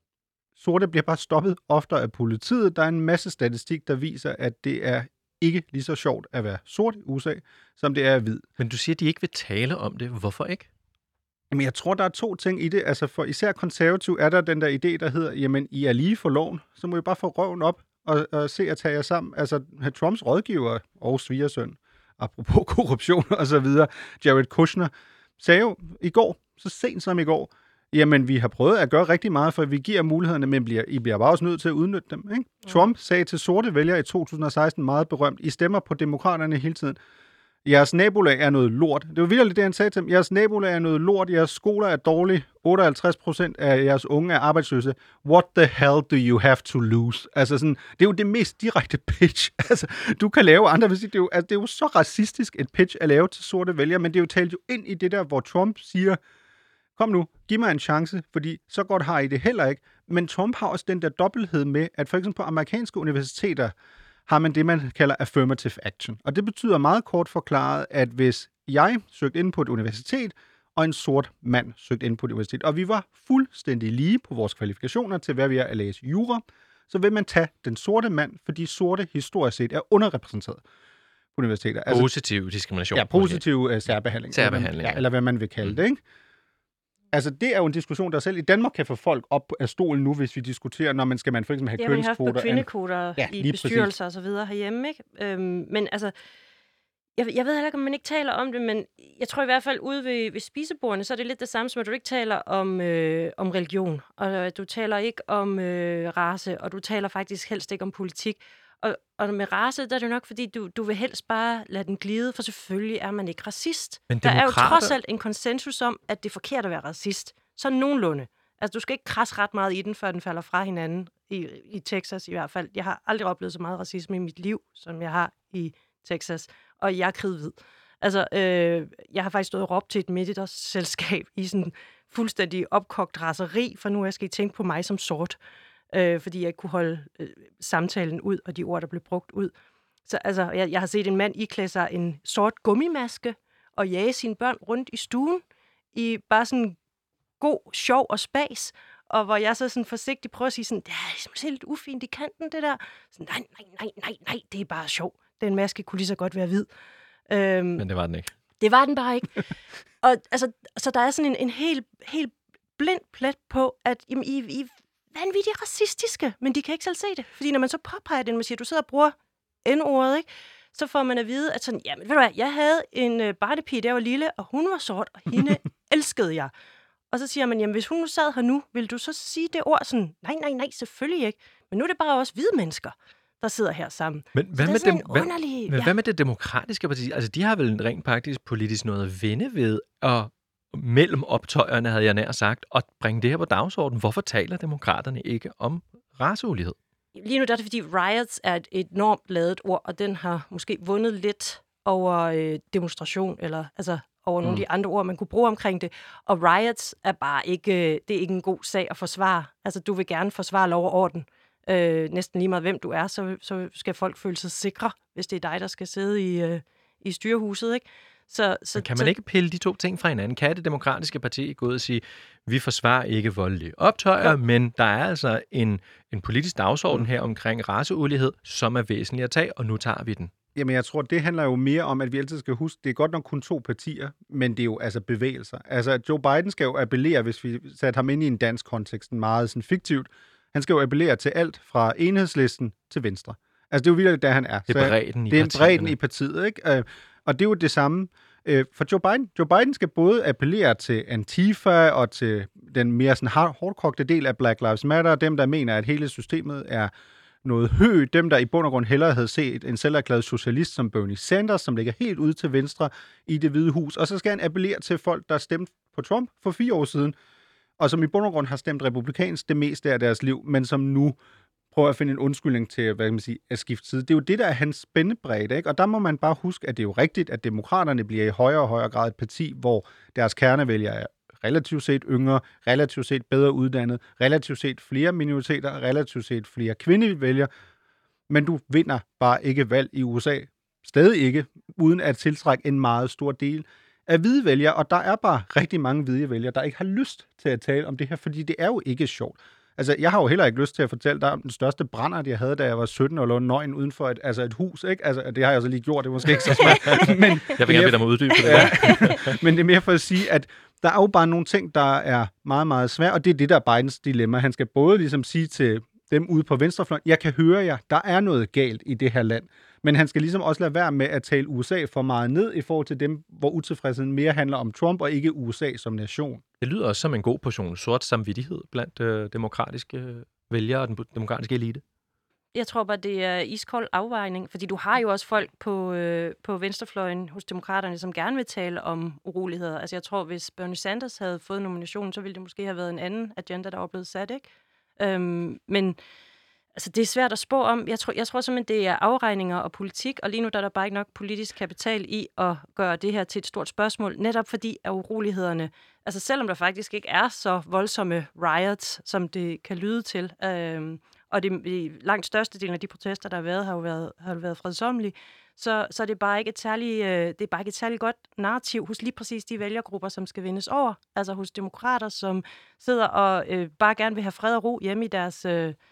Sorte bliver bare stoppet oftere af politiet. Der er en masse statistik, der viser, at det er ikke lige så sjovt at være sort i USA, som det er hvid. Men du siger, at de ikke vil tale om det. Hvorfor ikke? Jamen, jeg tror, der er 2 ting i det. Altså, for især konservativ er der den der idé, der hedder, jamen, I er lige for loven, så må I bare få røven op og se at tage jer sammen. Altså, Trumps rådgiver og svigersøn, apropos korruption og så videre, Jared Kushner, sagde jo i går, så sent som i går, jamen, vi har prøvet at gøre rigtig meget, for vi giver mulighederne, men I bliver bare også nødt til at udnytte dem. Ikke? Trump sagde til sorte vælgere i 2016 meget berømt, I stemmer på demokraterne hele tiden. Jeres nabolag er noget lort. Det var virkelig det, han sagde til dem. Jeres nabolag er noget lort. Jeres skoler er dårlige. 58% af jeres unge er arbejdsløse. What the hell do you have to lose? Altså sådan, det er jo det mest direkte pitch. Altså, du kan lave andre. Det er jo så racistisk et pitch at lave til sorte vælgere, men det er jo talt jo ind i det der, hvor Trump siger, kom nu, giv mig en chance, fordi så godt har I det heller ikke. Men Trump har også den der dobbelthed med, at for eksempel på amerikanske universiteter, har man det, man kalder affirmative action. Og det betyder meget kort forklaret, at hvis jeg søgte ind på et universitet, og en sort mand søgte ind på et universitet, og vi var fuldstændig lige på vores kvalifikationer til, hvad vi er at læse jura, så vil man tage den sorte mand, fordi sorte historisk set er underrepræsenteret på universiteter. Altså, positiv diskrimination. Ja, positiv særbehandling. Særbehandling, ja. Eller hvad man vil kalde det, ikke? Altså, det er jo en diskussion, der selv i Danmark kan få folk op af stolen nu, hvis vi diskuterer, når man skal for eksempel have kønskvoter. Det har vi haft på kvindekvoter i bestyrelser og så videre herhjemme, ikke? Men altså, jeg ved heller ikke, om man ikke taler om det, men jeg tror i hvert fald ude ved spisebordene, så er det lidt det samme, som at du ikke taler om religion, og du taler ikke om race, og du taler faktisk helst ikke om politik. Og med race, der er det jo nok, fordi du vil helst bare lade den glide, for selvfølgelig er man ikke racist. Men der er jo trods alt en konsensus om, at det er forkert at være racist. Så nogenlunde. Altså, du skal ikke krasse ret meget i den, før den falder fra hinanden. I Texas i hvert fald. Jeg har aldrig oplevet så meget racisme i mit liv, som jeg har i Texas. Og jeg er kridhvid. Altså, jeg har faktisk stået og råbt til et midtidrætsselskab i sådan fuldstændig opkogt raseri, for nu skal I tænke på mig som sort. Fordi jeg ikke kunne holde samtalen ud, og de ord, der blev brugt ud. Så altså, jeg har set en mand iklæde sig en sort gummimaske, og jage sine børn rundt i stuen, i bare sådan god, sjov og spas, og hvor jeg så sådan forsigtigt prøver at sige sådan, det er simpelthen lidt ufint i kanten, det der. Sådan, nej, det er bare sjov. Den maske kunne lige så godt være hvid. Men det var den ikke. Det var den bare ikke. Og altså, så der er sådan en helt blind plet på, at jamen, I vanvittigt racistiske, men de kan ikke selv se det. Fordi når man så påpeger det, man siger, du sidder og bruger N-ordet, ikke? Så får man at vide, at sådan, jamen, ved du hvad, jeg havde en barnepige, der var lille, og hun var sort, og hende elskede jeg. Og så siger man, jamen, hvis hun nu sad her nu, vil du så sige det ord sådan, nej, selvfølgelig ikke. Men nu er det bare også hvide mennesker, der sidder her sammen. Men hvad med det demokratiske parti? Altså, de har vel rent faktisk politisk noget at vinde ved, og mellem optøjerne, havde jeg nær sagt, at bringe det her på dagsordenen. Hvorfor taler demokraterne ikke om raceulighed? Lige nu der er det, fordi riots er et enormt ladet ord, og den har måske vundet lidt over demonstration, eller altså over nogle af de andre ord, man kunne bruge omkring det. Og riots er bare ikke, det er ikke en god sag at forsvare. Altså, du vil gerne forsvare lov og orden. Næsten lige meget, hvem du er, så skal folk føle sig sikre, hvis det er dig, der skal sidde i styrehuset, ikke? Så kan man ikke pille de 2 ting fra hinanden? Kan det demokratiske parti gå ud og sige, vi forsvarer ikke voldelige optøjer, men der er altså en politisk dagsorden her omkring raceulighed, som er væsentlig at tage, og nu tager vi den? Jamen, jeg tror, det handler jo mere om, at vi altid skal huske, det er godt nok kun 2 partier, men det er jo altså bevægelser. Altså, Joe Biden skal jo appellere, hvis vi satte ham ind i en dansk kontekst, meget sådan fiktivt, han skal jo appellere til alt fra Enhedslisten til Venstre. Altså, det er jo virkelig, der han er. Det er bredden i partiet. Det er bredden i partiet, ikke? Og det er jo det samme for Joe Biden. Joe Biden skal både appellere til Antifa og til den mere sådan hårdkogte del af Black Lives Matter, dem, der mener, at hele systemet er noget højt, dem, der i bund og grund hellere havde set en selverklæret socialist som Bernie Sanders, som ligger helt ude til venstre i Det Hvide Hus. Og så skal han appellere til folk, der stemte på Trump for 4 år siden, og som i bund og grund har stemt republikansk det meste af deres liv, men som nu prøver at finde en undskyldning til, hvad kan man sige, at skifte side. Det er jo det, der er hans spændebredde, ikke? Og der må man bare huske, at det er jo rigtigt, at demokraterne bliver i højere og højere grad et parti, hvor deres kernevælgere er relativt set yngre, relativt set bedre uddannet, relativt set flere minoriteter, relativt set flere kvindevælgere. Men du vinder bare ikke valg i USA. Stadig ikke, uden at tiltrække en meget stor del af hvide vælgere, og der er bare rigtig mange hvide vælgere, der ikke har lyst til at tale om det her, fordi det er jo ikke sjovt. Altså, jeg har jo heller ikke lyst til at fortælle dig om den største brænder, jeg havde, da jeg var 17 og lå nøgen uden for et hus, ikke? Altså, det har jeg så lige gjort, det er måske ikke så smart. Men jeg vil gerne bede dig om at uddybe det. Ja, men det er mere for at sige, at der er jo bare nogle ting, der er meget, meget svære, og det er det, der er Bidens dilemma. Han skal både ligesom sige til dem ude på venstrefløjen, jeg kan høre jer, der er noget galt i det her land, men han skal ligesom også lade være med at tale USA for meget ned i forhold til dem, hvor utilfredsheden mere handler om Trump og ikke USA som nation. Det lyder også som en god portion sort samvittighed blandt demokratiske vælgere og den demokratiske elite. Jeg tror bare, det er iskold afvejning, fordi du har jo også folk på venstrefløjen hos demokraterne, som gerne vil tale om uroligheder. Altså jeg tror, hvis Bernie Sanders havde fået nominationen, så ville det måske have været en anden agenda, der var blevet sat, ikke? Men altså, det er svært at spå om. Jeg tror simpelthen, det er afregninger og politik, og lige nu der er der bare ikke nok politisk kapital i at gøre det her til et stort spørgsmål, netop fordi af urolighederne, altså selvom der faktisk ikke er så voldsomme riots, som det kan lyde til, og det langt størstedelen af de protester, der har været, har været fredsommelige, så er det bare ikke et særligt godt narrativ hos lige præcis de vælgergrupper, som skal vindes over. Altså hos demokrater, som sidder og bare gerne vil have fred og ro hjemme i deres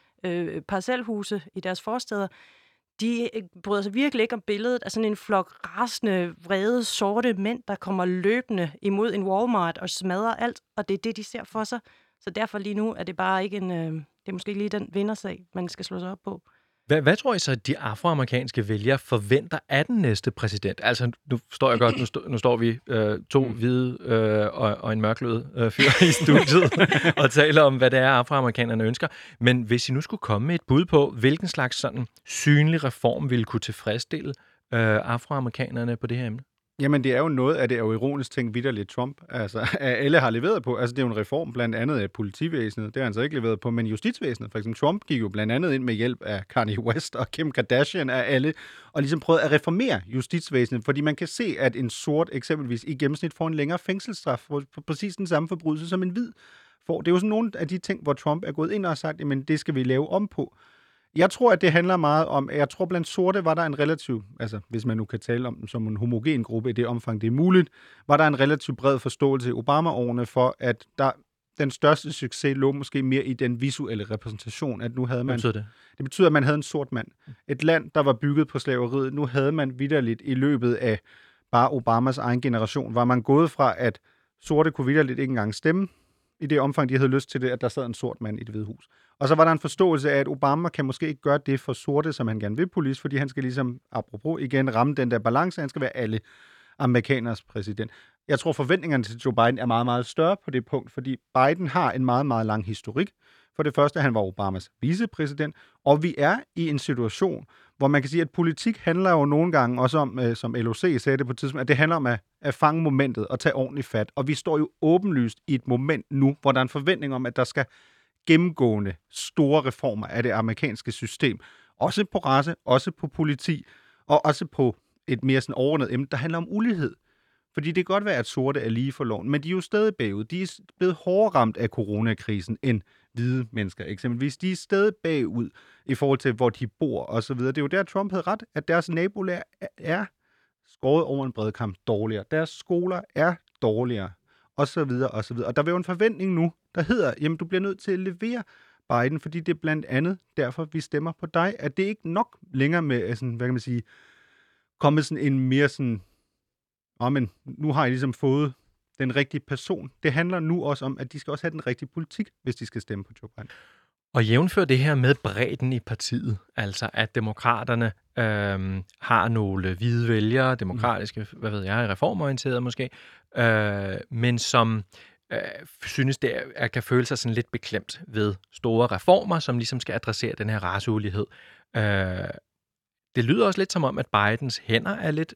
parcelhuse, i deres forsteder. De bryder sig virkelig ikke om billedet af sådan en flok rasende, vrede, sorte mænd, der kommer løbende imod en Walmart og smadrer alt, og det er det, de ser for sig. Så derfor lige nu er det bare ikke det er måske ikke lige den vindersag, man skal slå sig op på. Hvad tror I så, at de afroamerikanske vælgere forventer af den næste præsident? Altså, nu står jeg godt, nu står vi to hvide og en mørklød fyr i studiet og taler om, hvad det er, afroamerikanerne ønsker. Men hvis I nu skulle komme med et bud på, hvilken slags sådan synlig reform ville kunne tilfredsstille afroamerikanerne på det her emne? Jamen, det er jo noget af det er jo ironisk ting vitterligt Trump. Altså, alle har leveret på. Altså, det er jo en reform blandt andet af politivæsenet. Det har han så ikke leveret på, men justitsvæsenet. For eksempel Trump gik jo blandt andet ind med hjælp af Kanye West og Kim Kardashian af alle, og ligesom prøvede at reformere justitsvæsenet, fordi man kan se, at en sort eksempelvis i gennemsnit får en længere fængselsstraf for præcis den samme forbrydelse som en hvid får. Det er jo sådan nogle af de ting, hvor Trump er gået ind og har sagt, jamen det skal vi lave om på. Jeg tror, at det handler meget om, jeg tror blandt sorte var der en relativ, altså hvis man nu kan tale om dem som en homogen gruppe i det omfang, det er muligt, var der en relativt bred forståelse i Obama-årene for, at den største succes lå måske mere i den visuelle repræsentation, at nu havde man... Det betyder, at man havde en sort mand. Et land, der var bygget på slaveriet, nu havde man vitterligt i løbet af bare Obamas egen generation, var man gået fra, at sorte kunne vitterligt ikke engang stemme, i det omfang, de havde lyst til det, at der sad en sort mand i Det Hvide Hus. Og så var der en forståelse af, at Obama kan måske ikke gøre det for sorte, som han gerne vil politisk, fordi han skal ligesom, apropos igen, ramme den der balance, han skal være alle amerikaners præsident. Jeg tror, forventningerne til Joe Biden er meget, meget større på det punkt, fordi Biden har en meget, meget lang historik. For det første, han var Obamas vicepræsident, og vi er i en situation, hvor man kan sige, at politik handler jo nogle gange også om, som LOC sagde det på et tidspunkt, at det handler om at fange momentet og tage ordentligt fat. Og vi står jo åbenlyst i et moment nu, hvor der er en forventning om, at der skal gennemgående store reformer af det amerikanske system. Også på race, også på politi, og også på et mere sådan overordnet emne, der handler om ulighed. Fordi det kan godt være, at sorte er lige for loven, men de er jo stadig bagud. De er blevet hårdere ramt af coronakrisen end hvide mennesker eksempelvis. De er stadig bagud i forhold til, hvor de bor osv. Det er jo der, Trump havde ret, at deres nabolag er skåret over en bredkamp dårligere. Deres skoler er dårligere, osv. osv. Og der vil jo en forventning nu, der hedder, jamen du bliver nødt til at levere Biden, fordi det er blandt andet derfor, vi stemmer på dig. At det ikke nok længere med, sådan, hvad kan man sige, komme sådan en mere sådan, men nu har I ligesom fået den rigtige person. Det handler nu også om, at de skal også have den rigtige politik, hvis de skal stemme på Joe Biden. Og jævnfør det her med bredden i partiet, altså at demokraterne har nogle hvide vælgere, demokratiske, reformorienterede måske, men som synes, det kan føle sig sådan lidt beklemt ved store reformer, som ligesom skal adressere den her raceulighed. Det lyder også lidt som om, at Bidens hænder er lidt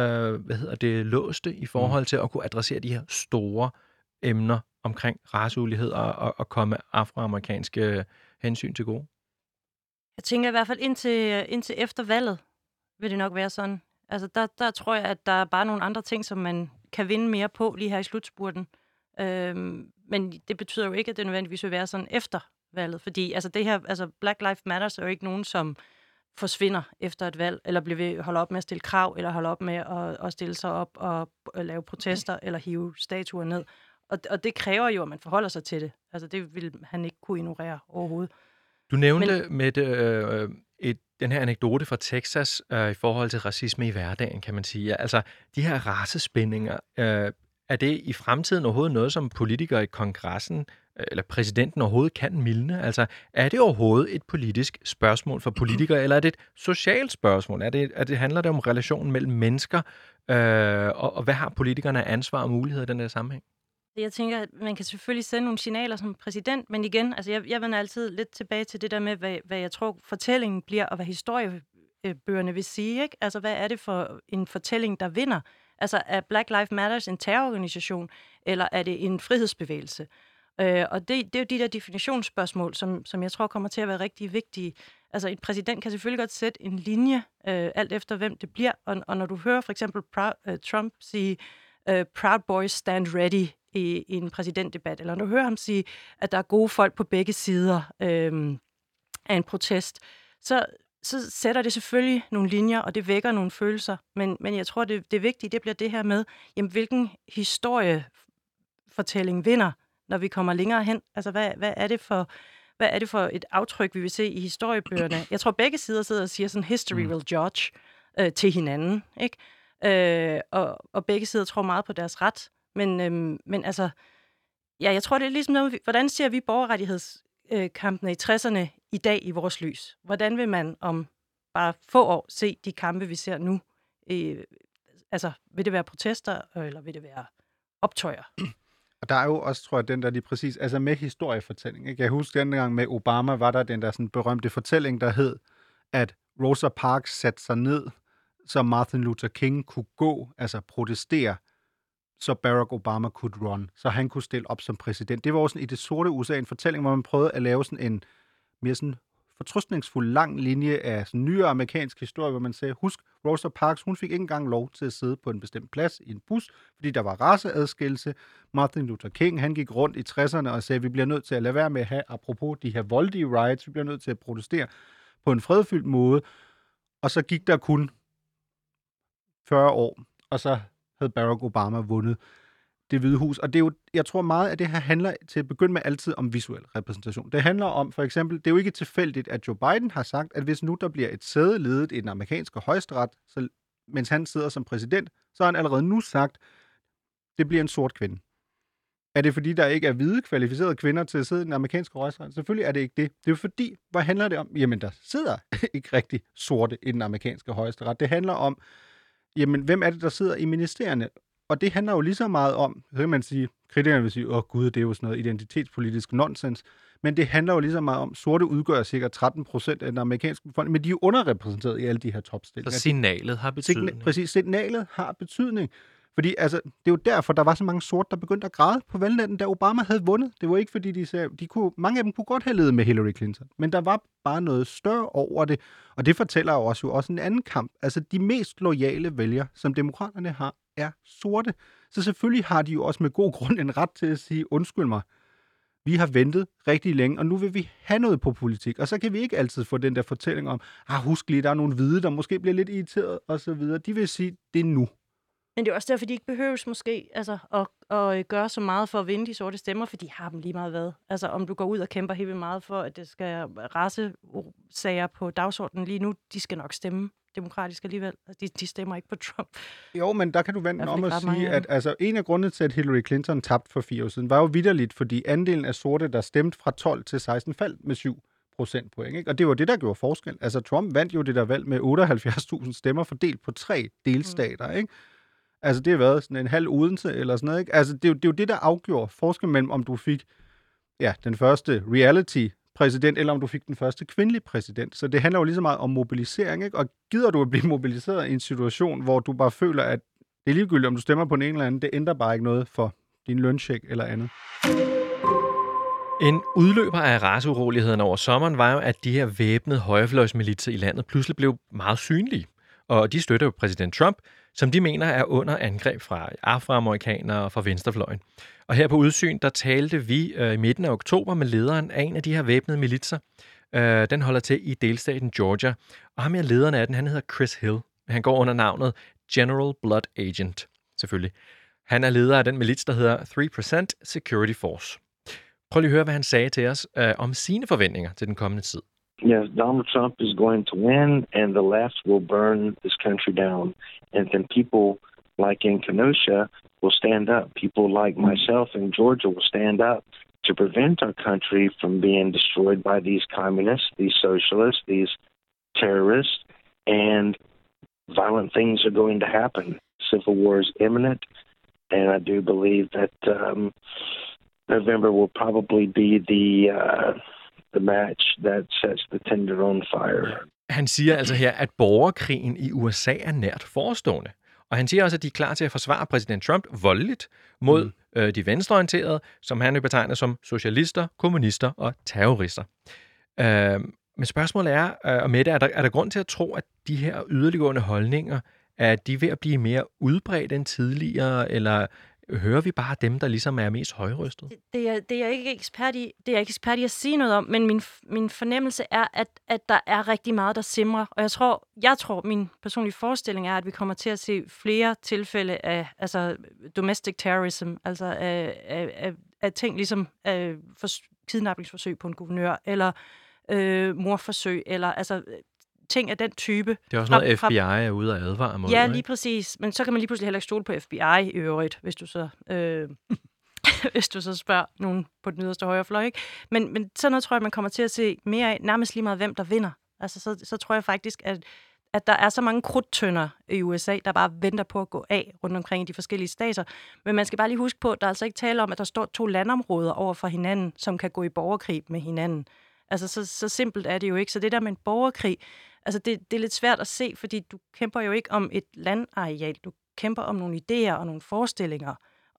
låste i forhold til at kunne adressere de her store emner omkring raceulighed og komme afroamerikanske hensyn til gode? Jeg tænker i hvert fald indtil efter valget vil det nok være sådan. Altså der tror jeg, at der er bare nogle andre ting, som man kan vinde mere på lige her i slutspurten. Men det betyder jo ikke, at det nødvendigvis vil være sådan efter valget. Fordi altså det her, altså Black Lives Matter er jo ikke nogen, som forsvinder efter et valg, eller holder op med at stille krav, eller holder op med at stille sig op og lave protester, eller hive statuer ned. Og det kræver jo, at man forholder sig til det. Altså, det vil han ikke kunne ignorere overhovedet. Du nævnte med den her anekdote fra Texas i forhold til racisme i hverdagen, kan man sige. Altså, de her racespændinger, er det i fremtiden overhovedet noget, som politikere i kongressen eller præsidenten overhovedet kan mildne? Altså, er det overhovedet et politisk spørgsmål for politikere, eller er det et socialt spørgsmål? Handler det om relationen mellem mennesker, og hvad har politikerne af ansvar og muligheder i den der sammenhæng? Jeg tænker, at man kan selvfølgelig sende nogle signaler som præsident, men igen, altså jeg vender altid lidt tilbage til det der med, hvad jeg tror, fortællingen bliver, og hvad historiebøgerne vil sige, ikke? Altså, hvad er det for en fortælling, der vinder? Altså, er Black Lives Matter en terrororganisation, eller er det en frihedsbevægelse? Og det er jo de der definitionsspørgsmål, som jeg tror kommer til at være rigtig vigtige. Altså, en præsident kan selvfølgelig godt sætte en linje, alt efter hvem det bliver, og når du hører for eksempel Trump sige, Proud Boys stand ready i en præsidentdebat, eller når du hører ham sige, at der er gode folk på begge sider af en protest, så sætter det selvfølgelig nogle linjer, og det vækker nogle følelser. Men jeg tror, det vigtige, det bliver det her med, jamen, hvilken historiefortælling vinder, når vi kommer længere hen. Altså, hvad er det for et aftryk, vi vil se i historiebøgerne? Jeg tror, begge sider sidder og siger sådan, history will judge til hinanden, ikke? Og begge sider tror meget på deres ret. Men altså, ja, jeg tror, det er ligesom noget, hvordan ser vi borgerrettighedskampene i 60'erne i dag i vores lys? Hvordan vil man om bare få år se de kampe, vi ser nu? Altså, vil det være protester, eller vil det være optøjer? Og der er jo også, tror jeg, den der lige præcis, altså med historiefortælling. Ikke? Jeg husker den gang med Obama, var der den der sådan berømte fortælling, der hed, at Rosa Parks satte sig ned, så Martin Luther King kunne gå, altså protestere, så Barack Obama kunne run, så han kunne stille op som præsident. Det var også sådan, i det sorte USA en fortælling, hvor man prøvede at lave sådan en mere sådan fortrøstningsfuld lang linje af sådan nyere amerikansk historie, hvor man sagde, husk, Rosa Parks, hun fik ikke engang lov til at sidde på en bestemt plads i en bus, fordi der var raceadskillelse. Martin Luther King, han gik rundt i 60'erne og sagde, vi bliver nødt til at lade være med at have, apropos de her voldige riots, vi bliver nødt til at protestere på en fredfyldt måde. Og så gik der kun 40 år, og så havde Barack Obama vundet Det Hvide Hus. Og det er jo, jeg tror meget, at det her handler til at begynde med altid om visuel repræsentation. Det handler om, for eksempel, det er jo ikke tilfældigt, at Joe Biden har sagt, at hvis nu der bliver et sæde ledet i den amerikanske højesteret, så, mens han sidder som præsident, så har han allerede nu sagt, det bliver en sort kvinde. Er det fordi, der ikke er hvide kvalificerede kvinder til at sidde i den amerikanske højesteret? Selvfølgelig er det ikke det. Det er jo fordi, hvad handler det om? Jamen, der sidder ikke rigtig sorte i den amerikanske højesteret. Det handler om, jamen, hvem er det, der sidder i ministerierne? Og det handler jo lige så meget om, så kan man sige, kritikerne vil sige, gud, det er jo sådan noget identitetspolitisk nonsens, men det handler jo lige så meget om, sorte udgør cirka 13% af den amerikanske befolkning, men de er underrepræsenteret i alle de her topstillinger. Så signalet har betydning. Præcis, signalet har betydning. Fordi altså, det er jo derfor, der var så mange sorte, der begyndte at græde på valgnatten, da Obama havde vundet. Det var ikke fordi, de sagde, mange af dem kunne godt have ledet med Hillary Clinton, men der var bare noget større over det. Og det fortæller jo også en anden kamp. Altså, de mest loyale vælgere, som demokraterne har, er sorte. Så selvfølgelig har de jo også med god grund en ret til at sige, undskyld mig, vi har ventet rigtig længe, og nu vil vi have noget på politik. Og så kan vi ikke altid få den der fortælling om, husk lige, der er nogle hvide, der måske bliver lidt irriteret, og så videre. De vil sige, det er nu. Men det er også derfor, de ikke behøves måske at gøre så meget for at vinde de sorte stemmer, for de har dem lige meget hvad. Altså om du går ud og kæmper helt vildt meget for, at det skal racesager på dagsordenen lige nu, de skal nok stemme demokratisk alligevel. Altså, de stemmer ikke på Trump. Jo, men der kan du vende om at sige, at altså, en af grundene til, at Hillary Clinton tabte for 4 år siden, var jo vitterligt, fordi andelen af sorte, der stemte fra 12 til 16, faldt med 7 procentpoint. Ikke? Og det var det, der gjorde forskel. Altså Trump vandt jo det der valg med 78.000 stemmer fordelt på 3 delstater, ikke? Altså, det har været sådan en halv Odense eller sådan noget, ikke? Altså, det er jo det, der afgjorde forskel mellem, om du fik den første reality-præsident, eller om du fik den første kvindelige præsident. Så det handler jo lige så meget om mobilisering, ikke? Og gider du at blive mobiliseret i en situation, hvor du bare føler, at det er ligegyldigt, om du stemmer på en eller anden, det ændrer bare ikke noget for din løncheck eller andet. En udløber af raceurolighederne over sommeren var jo, at de her væbnede højrefløjsmilitser i landet pludselig blev meget synlige. Og de støtter jo præsident Trump, som de mener er under angreb fra afroamerikanere og fra venstrefløjen. Og her på Udsyn, der talte vi i midten af oktober med lederen af en af de her væbnede militser, Den holder til i delstaten Georgia. Og ham her lederen af den, han hedder Chris Hill. Han går under navnet General Blood Agent, selvfølgelig. Han er leder af den milits, der hedder 3% Security Force. Prøv lige at høre, hvad han sagde til os om sine forventninger til den kommende tid. Yes, Donald Trump is going to win, and the left will burn this country down. And then people like in Kenosha will stand up. People like myself in Georgia will stand up to prevent our country from being destroyed by these communists, these socialists, these terrorists, and violent things are going to happen. Civil war is imminent, and I do believe that November will probably be the match that sets the tinder on fire. Han siger altså her, at borgerkrigen i USA er nært forestående. Og han siger også, at de er klar til at forsvare præsident Trump voldeligt mod de venstreorienterede, som han betegner som socialister, kommunister og terrorister. Men spørgsmålet er, Mette, er der grund til at tro, at de her yderliggående holdninger, er de ved at blive mere udbredt end tidligere, eller hører vi bare dem, der ligesom er mest højrøstet? Det er jeg ikke ekspert i. Det er jeg ikke ekspert i at sige noget om, men min fornemmelse er, at der er rigtig meget, der simrer. Og jeg tror, min personlige forestilling er, at vi kommer til at se flere tilfælde af domestic terrorism, altså af ting ligesom kidnappingsforsøg på en guvernør, eller mordforsøg, eller ting af den type. Det er også noget, FBI er ude at advare mod. Ja, lige præcis. Men så kan man lige pludselig heller ikke stole på FBI i øvrigt, hvis du så, hvis du så spørger nogen på den yderste højre fløj. Ikke? Men sådan noget tror jeg, man kommer til at se mere af, nærmest lige meget hvem der vinder. Altså, så tror jeg faktisk, at der er så mange krudttønder i USA, der bare venter på at gå af rundt omkring i de forskellige stater. Men man skal bare lige huske på, at der er altså ikke tale om, at der står 2 landområder over for hinanden, som kan gå i borgerkrig med hinanden. Altså, så simpelt er det jo ikke. Så det der med en borgerkrig, altså det er lidt svært at se, fordi du kæmper jo ikke om et landareal. Du kæmper om nogle idéer og nogle forestillinger,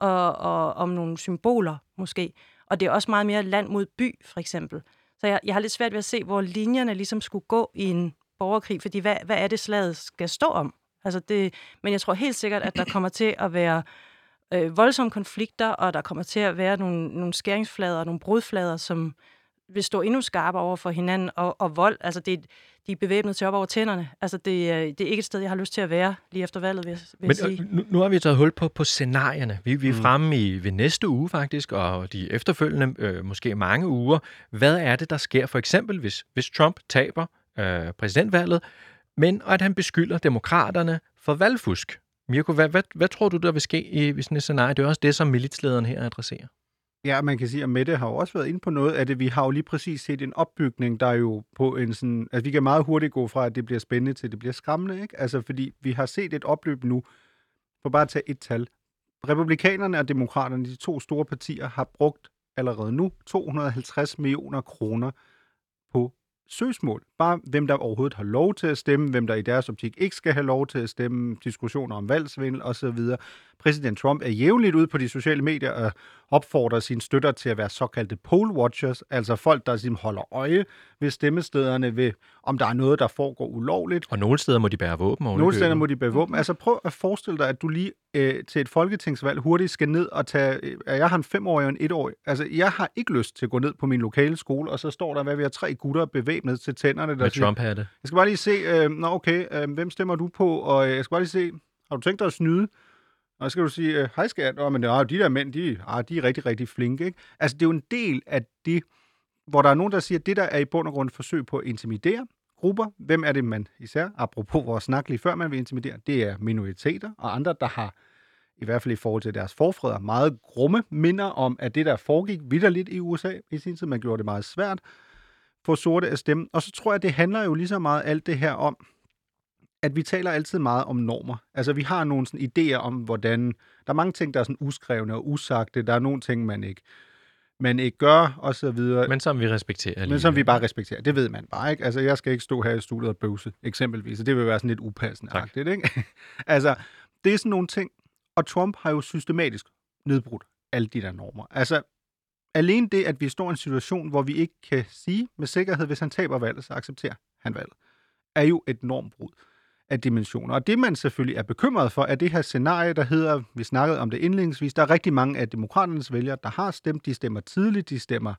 og om nogle symboler måske. Og det er også meget mere land mod by, for eksempel. Så jeg har lidt svært ved at se, hvor linjerne ligesom skulle gå i en borgerkrig, fordi hvad er det, slaget skal stå om? Altså men jeg tror helt sikkert, at der kommer til at være voldsomme konflikter, og der kommer til at være nogle skæringsflader og nogle brudflader, som vil stå endnu skarpere over for hinanden, og vold, altså de er bevæbnet til op over tænderne. Altså det er ikke et sted, jeg har lyst til at være lige efter valget, vil jeg sige. Nu har vi taget hul på scenarierne. Vi er fremme ved næste uge faktisk, og de efterfølgende måske mange uger. Hvad er det, der sker for eksempel, hvis Trump taber præsidentvalget, men at han beskylder demokraterne for valgfusk? Mirko, hvad tror du, der vil ske i sådan et scenarie? Det er også det, som militslederen her adresserer. Ja, man kan sige, at Mette har jo også været inde på noget af det. Vi har jo lige præcis set en opbygning, der er jo på en sådan... Altså, vi kan meget hurtigt gå fra, at det bliver spændende til, at det bliver skræmmende, ikke? Altså, fordi vi har set et opløb nu, for bare at tage et tal. Republikanerne og demokraterne, de 2 store partier, har brugt allerede nu 250 millioner kroner på søgsmål. Bare hvem der overhovedet har lov til at stemme, hvem der i deres optik ikke skal have lov til at stemme, diskussioner om valgsvindel osv. Præsident Trump er jævnligt ude på de sociale medier og opfordrer sine støtter til at være såkaldte poll watchers, altså folk, der simpelthen holder øje ved stemmestederne, ved om der er noget, der foregår ulovligt. Og nogle steder må de bære våben. Nogle steder må de bære våben. Altså prøv at forestille dig, at du lige til et folketingsvalg hurtigt skal ned og tage... Jeg har en 5-årig og en 1-årig. Altså, jeg har ikke lyst til at gå ned på min lokale skole, og så står der, hvad vi har 3 gutter bevæbnet til tænderne. Der med Trump havde det. Jeg skal bare lige se, hvem stemmer du på? Og jeg skal bare lige se, har du tænkt dig at snyde? Og så skal du sige, hej skat, men de der mænd, de er rigtig, rigtig flinke. Ikke? Altså, det er jo en del af det, hvor der er nogen, der siger, at det der er i bund og grund forsøg på at intimidere grupper. Hvem er det, man især, apropos vores snak lige før, man vil intimidere? Det er minoriteter og andre, der har, i hvert fald i forhold til deres forfædre, meget grumme minder om, at det der foregik vitterligt i USA i sin tid. Man gjorde det meget svært for sorte at stemme. Og så tror jeg, det handler jo lige så meget alt det her om, at vi taler altid meget om normer. Altså, vi har nogle sådan idéer om, hvordan... Der er mange ting, der er sådan uskrevne og usagte. Der er nogle ting, man ikke gør, og så videre. Men som vi respekterer. Men som vi bare respekterer. Det ved man bare, ikke? Altså, jeg skal ikke stå her i studiet og bøvse, eksempelvis. Og det vil være sådan lidt upassende-agtigt, ikke? Altså, det er sådan nogle ting. Og Trump har jo systematisk nedbrudt alle de der normer. Altså, alene det, at vi står i en situation, hvor vi ikke kan sige med sikkerhed, hvis han taber valget, så accepterer han valget, er jo et normbrud af dimensioner. Og det, man selvfølgelig er bekymret for, er det her scenarie, der hedder, vi snakkede om det indledningsvis, der er rigtig mange af demokraternes vælgere, der har stemt, de stemmer tidligt, de stemmer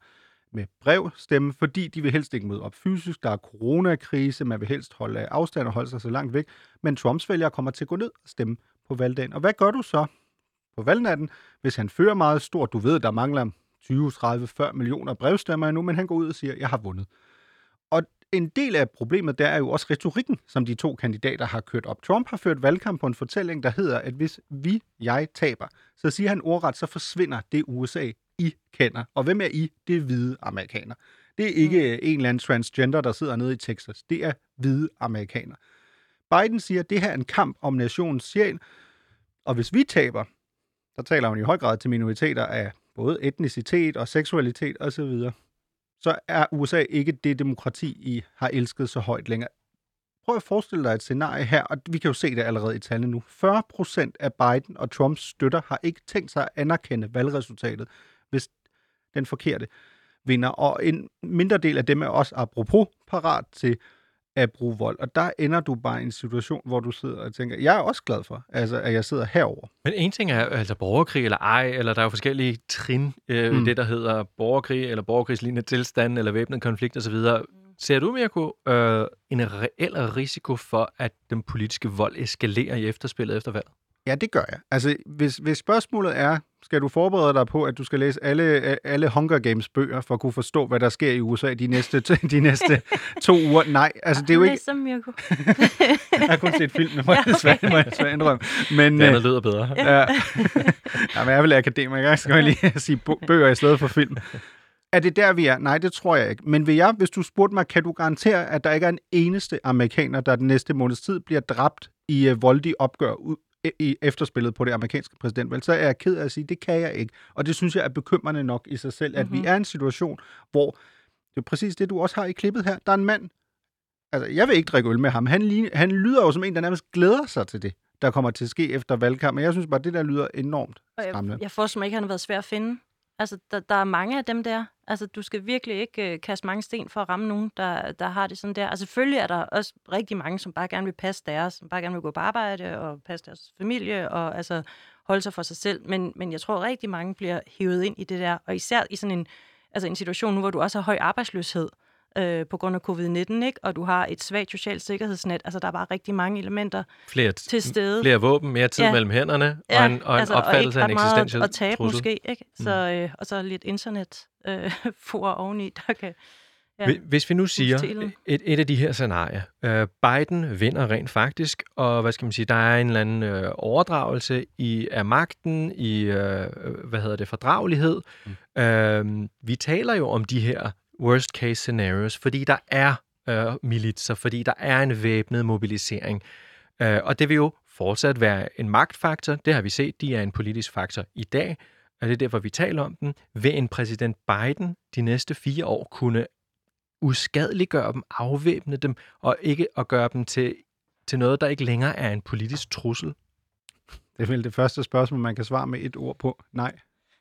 med brevstemme, fordi de vil helst ikke møde op fysisk. Der er coronakrise, man vil helst holde afstand og holde sig så langt væk. Men Trumps vælgere kommer til at gå ned og stemme på valgdagen. Og hvad gør du så på valgnatten, hvis han fører meget stort? Du ved, der mangler 20, 30, 40 millioner brevstemmer endnu, men han går ud og siger, jeg har vundet. Og en del af problemet, der er jo også retorikken, som de to kandidater har kørt op. Trump har ført valgkamp på en fortælling, der hedder, at hvis jeg taber, så siger han ordret, så forsvinder det USA, I kender. Og hvem er I? Det er hvide amerikanere. Det er ikke en eller anden transgender, der sidder nede i Texas. Det er hvide amerikanere. Biden siger, at det her er en kamp om nationens sjæl, og hvis vi taber, så taler hun i høj grad til minoriteter af både etnicitet og seksualitet osv., så er USA ikke det demokrati, I har elsket så højt længere. Prøv at forestille dig et scenarie her, og vi kan jo se det allerede i tallene nu. 40% af Biden og Trumps støtter har ikke tænkt sig at anerkende valgresultatet, hvis den forkerte vinder. Og en mindre del af dem er også apropos parat til at bruge vold. Og der ender du bare i en situation, hvor du sidder og tænker, jeg er også glad for, altså, at jeg sidder herover. Men en ting er altså borgerkrig eller ej, eller der er jo forskellige trin, det der hedder borgerkrig eller borgerkrigslignende tilstand eller væbnet konflikt osv. Ser du, Mirko, en reel risiko for, at den politiske vold eskalerer i efterspillet efter valget? Ja, det gør jeg. Altså, hvis spørgsmålet er, skal du forberede dig på, at du skal læse alle Hunger Games bøger, for at kunne forstå, hvad der sker i USA de næste 2 uger? Nej, altså det er jo ikke... Som Mirko. Jeg har kun set filmen, må jeg desværre indrømme. Men, det andet lyder bedre. Ja, men jeg er vel akademiker, så kan jeg lige sige bøger i stedet for film. Er det der, vi er? Nej, det tror jeg ikke. Men hvis du spurgte mig, kan du garantere, at der ikke er en eneste amerikaner, der den næste måneds tid bliver dræbt i voldelige opgør i efterspillet på det amerikanske præsidentvalg, så er jeg ked af at sige, det kan jeg ikke. Og det synes jeg er bekymrende nok i sig selv, at vi er i en situation, hvor det er præcis det, du også har i klippet her. Der er en mand, altså jeg vil ikke drikke øl med ham, han lyder jo som en, der nærmest glæder sig til det, der kommer til at ske efter valgkampen. Jeg synes bare, det der lyder enormt skræmmende. Jeg forestiller mig ikke, at han har været svær at finde. Altså, der er mange af dem der. Altså, du skal virkelig ikke kaste mange sten for at ramme nogen, der har det sådan der. Altså, selvfølgelig er der også rigtig mange, som bare gerne vil passe deres, som bare gerne vil gå på arbejde og passe deres familie og altså holde sig for sig selv. Men jeg tror, rigtig mange bliver hævet ind i det der. Og især i sådan en situation nu, hvor du også har høj arbejdsløshed på grund af covid-19, ikke? Og du har et svagt socialt sikkerhedsnet. Altså, der er bare rigtig mange elementer til stede. Flere våben, mere tid mellem hænderne, og en opfattelse af en eksistentiel og tabe trussel. Måske, ikke? Så, og så lidt internet for oveni, der kan... Ja, hvis vi nu siger, et af de her scenarier, Biden vinder rent faktisk, og hvad skal man sige, der er en eller anden overdragelse af magten, i fordragelighed. Vi taler jo om de her worst case scenarios, fordi der er militser, fordi der er en væbnet mobilisering. Og det vil jo fortsat være en magtfaktor. Det har vi set, de er en politisk faktor i dag, og det er derfor, vi taler om den. Vil en præsident Biden de næste 4 år kunne uskadeliggøre dem, afvæbne dem, og ikke at gøre dem til noget, der ikke længere er en politisk trussel? Det er vel det første spørgsmål, man kan svare med et ord på. Nej.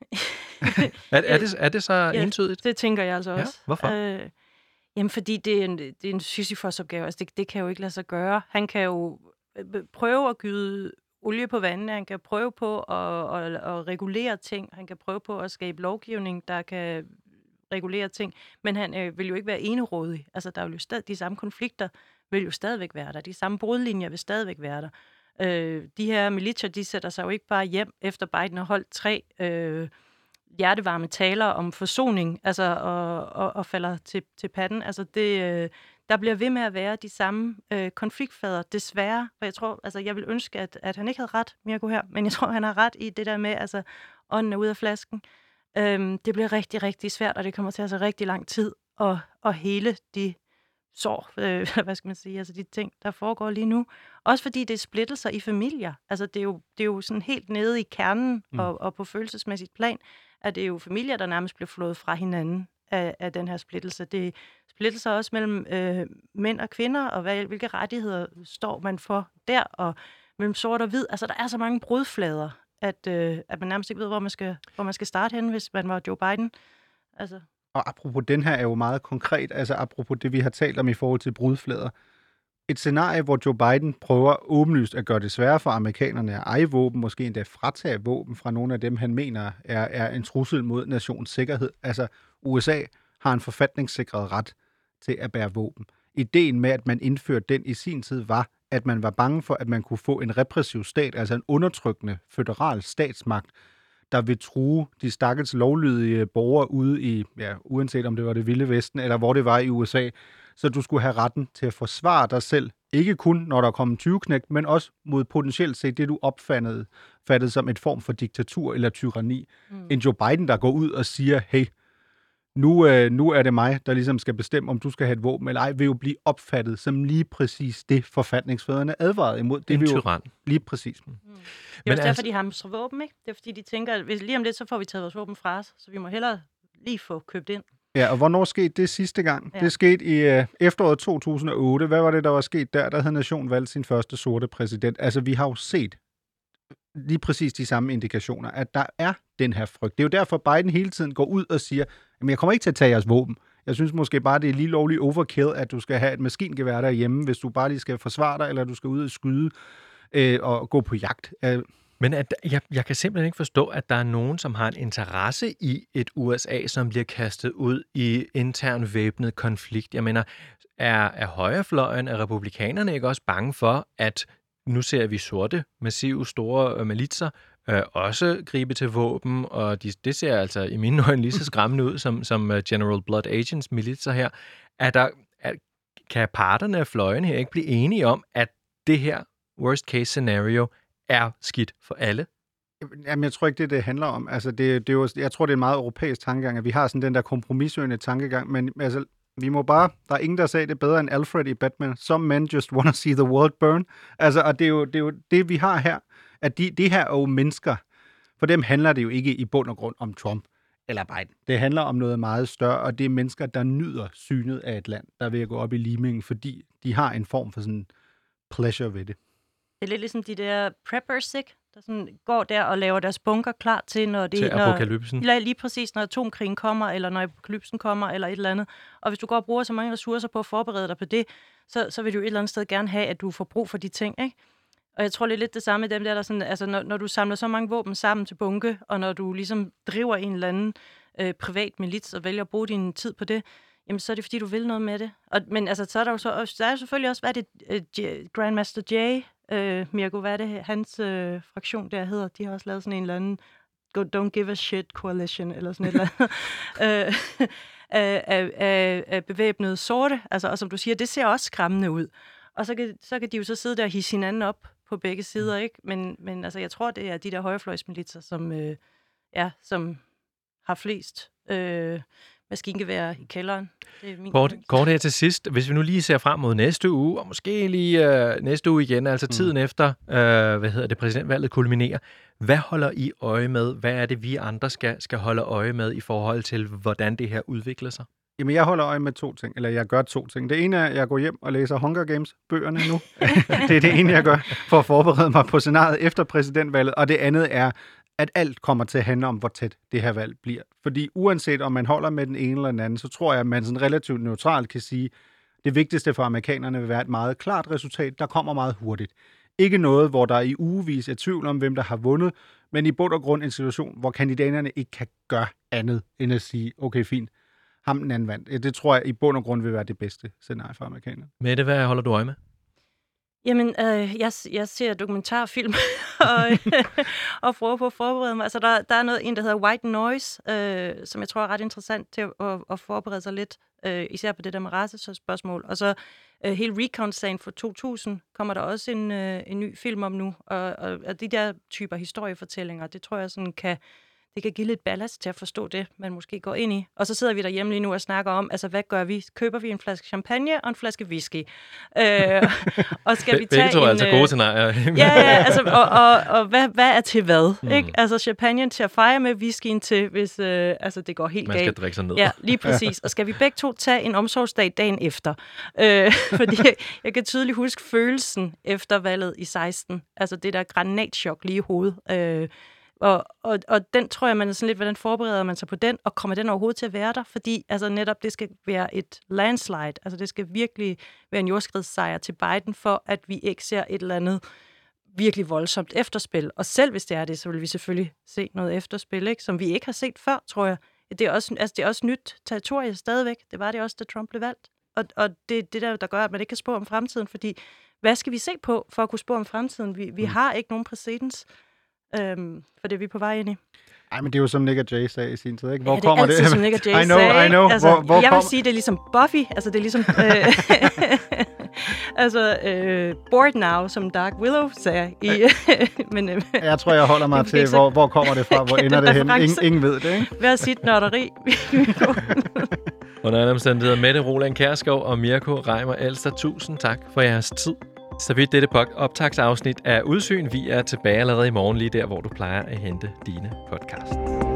er det så entydigt? Det tænker jeg altså også. Ja, hvorfor? Jamen, fordi det er en Sisyfos-opgave. Altså, det kan jo ikke lade sig gøre. Han kan jo prøve at gyde olie på vandet. Han kan prøve på at regulere ting. Han kan prøve på at skabe lovgivning, der kan regulere ting. Men han vil jo ikke være enerådig. Altså, der er jo stadig de samme konflikter vil jo stadigvæk være der. De samme brudlinjer vil stadigvæk være der. De her militier, de sætter sig jo ikke bare hjem, efter Biden har holdt 3 hjertevarme taler om forsoning, altså, og falder til patten. Altså, der bliver ved med at være de samme konfliktfader, desværre. Og jeg tror, altså, jeg vil ønske, at han ikke havde ret, Mirko her, men jeg tror, han har ret i det der med, altså, ånden er ude af flasken. Det bliver rigtig, rigtig svært, og det kommer til at tage rigtig lang tid at hele de sår, hvad skal man sige, altså de ting, der foregår lige nu. Også fordi det er splittelser i familier. Altså det er jo sådan helt nede i kernen og på følelsesmæssigt plan, at det er jo familier, der nærmest bliver flået fra hinanden af den her splittelse. Det er splittelser også mellem mænd og kvinder, og hvilke rettigheder står man for der, og mellem sort og hvid. Altså der er så mange brudflader, at man nærmest ikke ved, hvor man skal starte hen, hvis man var Joe Biden. Altså... Og apropos den her er jo meget konkret, altså apropos det, vi har talt om i forhold til brudflader. Et scenarie, hvor Joe Biden prøver åbenlyst at gøre det sværere for amerikanerne at eje våben, måske endda fratage våben fra nogle af dem, han mener er en trussel mod nations sikkerhed. Altså USA har en forfatningssikret ret til at bære våben. Ideen med, at man indførte den i sin tid, var, at man var bange for, at man kunne få en repressiv stat, altså en undertrykkende føderal statsmagt, der vil true de stakkels lovlydige borgere ude i, uanset om det var det vilde vesten, eller hvor det var i USA, så du skulle have retten til at forsvare dig selv. Ikke kun, når der kom en 20-knægt, men også mod potentielt set det, du opfattede som et form for diktatur eller tyranni. En Joe Biden, der går ud og siger, hey, nu er det mig, der ligesom skal bestemme, om du skal have et våben eller ej, vil jo blive opfattet som lige præcis det, forfatningsfædrene advarede imod. Det en tyran. Lige præcis. Det er også derfor, de hamstrer våben, ikke? Det er fordi, de tænker, at lige om lidt, så får vi taget vores våben fra os, så vi må hellere lige få købt ind. Ja, og hvornår skete det sidste gang? Ja. Det skete i efteråret 2008. Hvad var det, der var sket der? Der havde nationen valgt sin første sorte præsident. Altså, vi har jo set lige præcis de samme indikationer, at der er den her frygt. Det er jo derfor, Biden hele tiden går ud og siger, jamen, jeg kommer ikke til at tage jeres våben. Jeg synes måske bare, det er lige lovligt overkill, at du skal have et maskingevær derhjemme, hvis du bare lige skal forsvare dig, eller du skal ud og skyde og gå på jagt. Men jeg kan simpelthen ikke forstå, at der er nogen, som har en interesse i et USA, som bliver kastet ud i intern væbnet konflikt. Jeg mener, er højrefløjen af republikanerne ikke også bange for, at nu ser vi sorte, massive, store militser også gribe til våben, og det ser altså i mine øjne lige så skræmmende ud som General Blood Agents militser her. Kan parterne af fløjen her ikke blive enige om, at det her worst case scenario er skidt for alle? Jamen, jeg tror ikke, det handler om. Altså, det er jo, jeg tror, det er en meget europæisk tankegang, at vi har sådan den der kompromissøgende tankegang, men altså, vi må bare, der er ingen, der sagde det bedre end Alfred i Batman. Some men just wanna see the world burn. Altså, og det er jo det, vi har her, at de her er jo mennesker. For dem handler det jo ikke i bund og grund om Trump eller Biden. Det handler om noget meget større, og det er mennesker, der nyder synet af et land, der vil gå op i limingen, fordi de har en form for sådan pleasure ved det. Det er lidt ligesom de der preppers, ikke? Der sådan går der og laver deres bunker klar til, når det... Til apokalypsen. Lige præcis, når atomkrigen kommer, eller når apokalypsen kommer, eller et eller andet. Og hvis du går og bruger så mange ressourcer på at forberede dig på det, så vil du et eller andet sted gerne have, at du får brug for de ting, ikke? Og jeg tror, det er lidt det samme med dem der sådan... Altså, når du samler så mange våben sammen til bunke, og når du ligesom driver en eller anden privat milits og vælger at bruge din tid på det, jamen, så er det, fordi du vil noget med det. Men altså, så er der jo der er selvfølgelig også, hvad er det, Grandmaster Jay, Mirko, hvad er det, hans fraktion der hedder? De har også lavet sådan en eller anden Don't Give a Shit Coalition, eller sådan et eller andet, af bevæbnede sorte. Altså, og som du siger, det ser også skræmmende ud. Og så kan de jo så sidde der og hisse hinanden op på begge sider, ikke? Men altså, jeg tror, det er de der højrefløjsmilitser, som har flest maskingevær i kælderen. Det er min kort her til sidst. Hvis vi nu lige ser frem mod næste uge, og måske lige næste uge igen, altså tiden efter, præsidentvalget kulminerer. Hvad holder I øje med? Hvad er det, vi andre skal holde øje med i forhold til, hvordan det her udvikler sig? Jamen, jeg holder øje med jeg gør to ting. Det ene er, at jeg går hjem og læser Hunger Games-bøgerne nu. Det er det ene, jeg gør for at forberede mig på scenariet efter præsidentvalget. Og det andet er, at alt kommer til at handle om, hvor tæt det her valg bliver. Fordi uanset om man holder med den ene eller den anden, så tror jeg, at man sådan relativt neutralt kan sige, at det vigtigste for amerikanerne vil være et meget klart resultat, der kommer meget hurtigt. Ikke noget, hvor der i ugevis er tvivl om, hvem der har vundet, men i bund og grund en situation, hvor kandidaterne ikke kan gøre andet, end at sige, okay, fint, ham den anden vandt. Det tror jeg i bund og grund vil være det bedste scenarie for amerikanerne. Mette, hvad holder du øje med? Jamen, jeg ser dokumentarfilm og prøver på at forberede mig. Altså, der er en, der hedder White Noise, som jeg tror er ret interessant til at forberede sig lidt, især på det der med racespørgsmål. Og så hele Recon-sagen fra 2000 kommer der også en ny film om nu. Og de der typer historiefortællinger, det tror jeg sådan det kan give lidt ballast til at forstå det, man måske går ind i. Og så sidder vi derhjemme lige nu og snakker om, altså hvad gør vi? Køber vi en flaske champagne og en flaske whisky? Og skal vi tage begge to er altså gode scenarier. altså, og hvad er til hvad? Ikke? Altså champagne til at fejre med, whiskyen til, hvis det går helt galt. Man skal drikke sig ned. Ja, lige præcis. Og skal vi begge to tage en omsorgsdag dagen efter? Fordi jeg kan tydeligt huske følelsen efter valget i 16. Altså det der granatchok lige i hovedet. Og den tror jeg, man er sådan lidt, hvordan forbereder man sig på den, og kommer den overhovedet til at være der? Fordi altså netop, det skal være et landslide, altså det skal virkelig være en jordskredssejr til Biden, for at vi ikke ser et eller andet virkelig voldsomt efterspil. Og selv hvis det er det, så vil vi selvfølgelig se noget efterspil, ikke? Som vi ikke har set før, tror jeg, det er også nyt territorie stadigvæk. Det var det også, da Trump blev valgt. Og det er det, der gør, at man ikke kan spå om fremtiden, fordi hvad skal vi se på for at kunne spå om fremtiden? Vi har ikke nogen præcedens for det, vi er på vej ind i. Ej, men det er jo som Nick og Jay sagde i sin tid, ikke? Hvor det er kommer altid, det? som Nick og Jay I know. Altså, hvor jeg vil sige, det er ligesom Buffy. Altså, det er ligesom... Bored Now, som Dark Willow sagde. Men, jeg tror, jeg holder mig til, hvor kommer det fra? Hvor ender det hen? Ingen ved det, ikke? Hver sit nørderi. Under alle omstændigheder, Mette Roland Kjærsgaard og Mirko Reimer Alster, tusind tak for jeres tid. Så vidt dette optagsafsnit af Udsyn. Vi er tilbage allerede i morgen, lige der, hvor du plejer at hente dine podcast.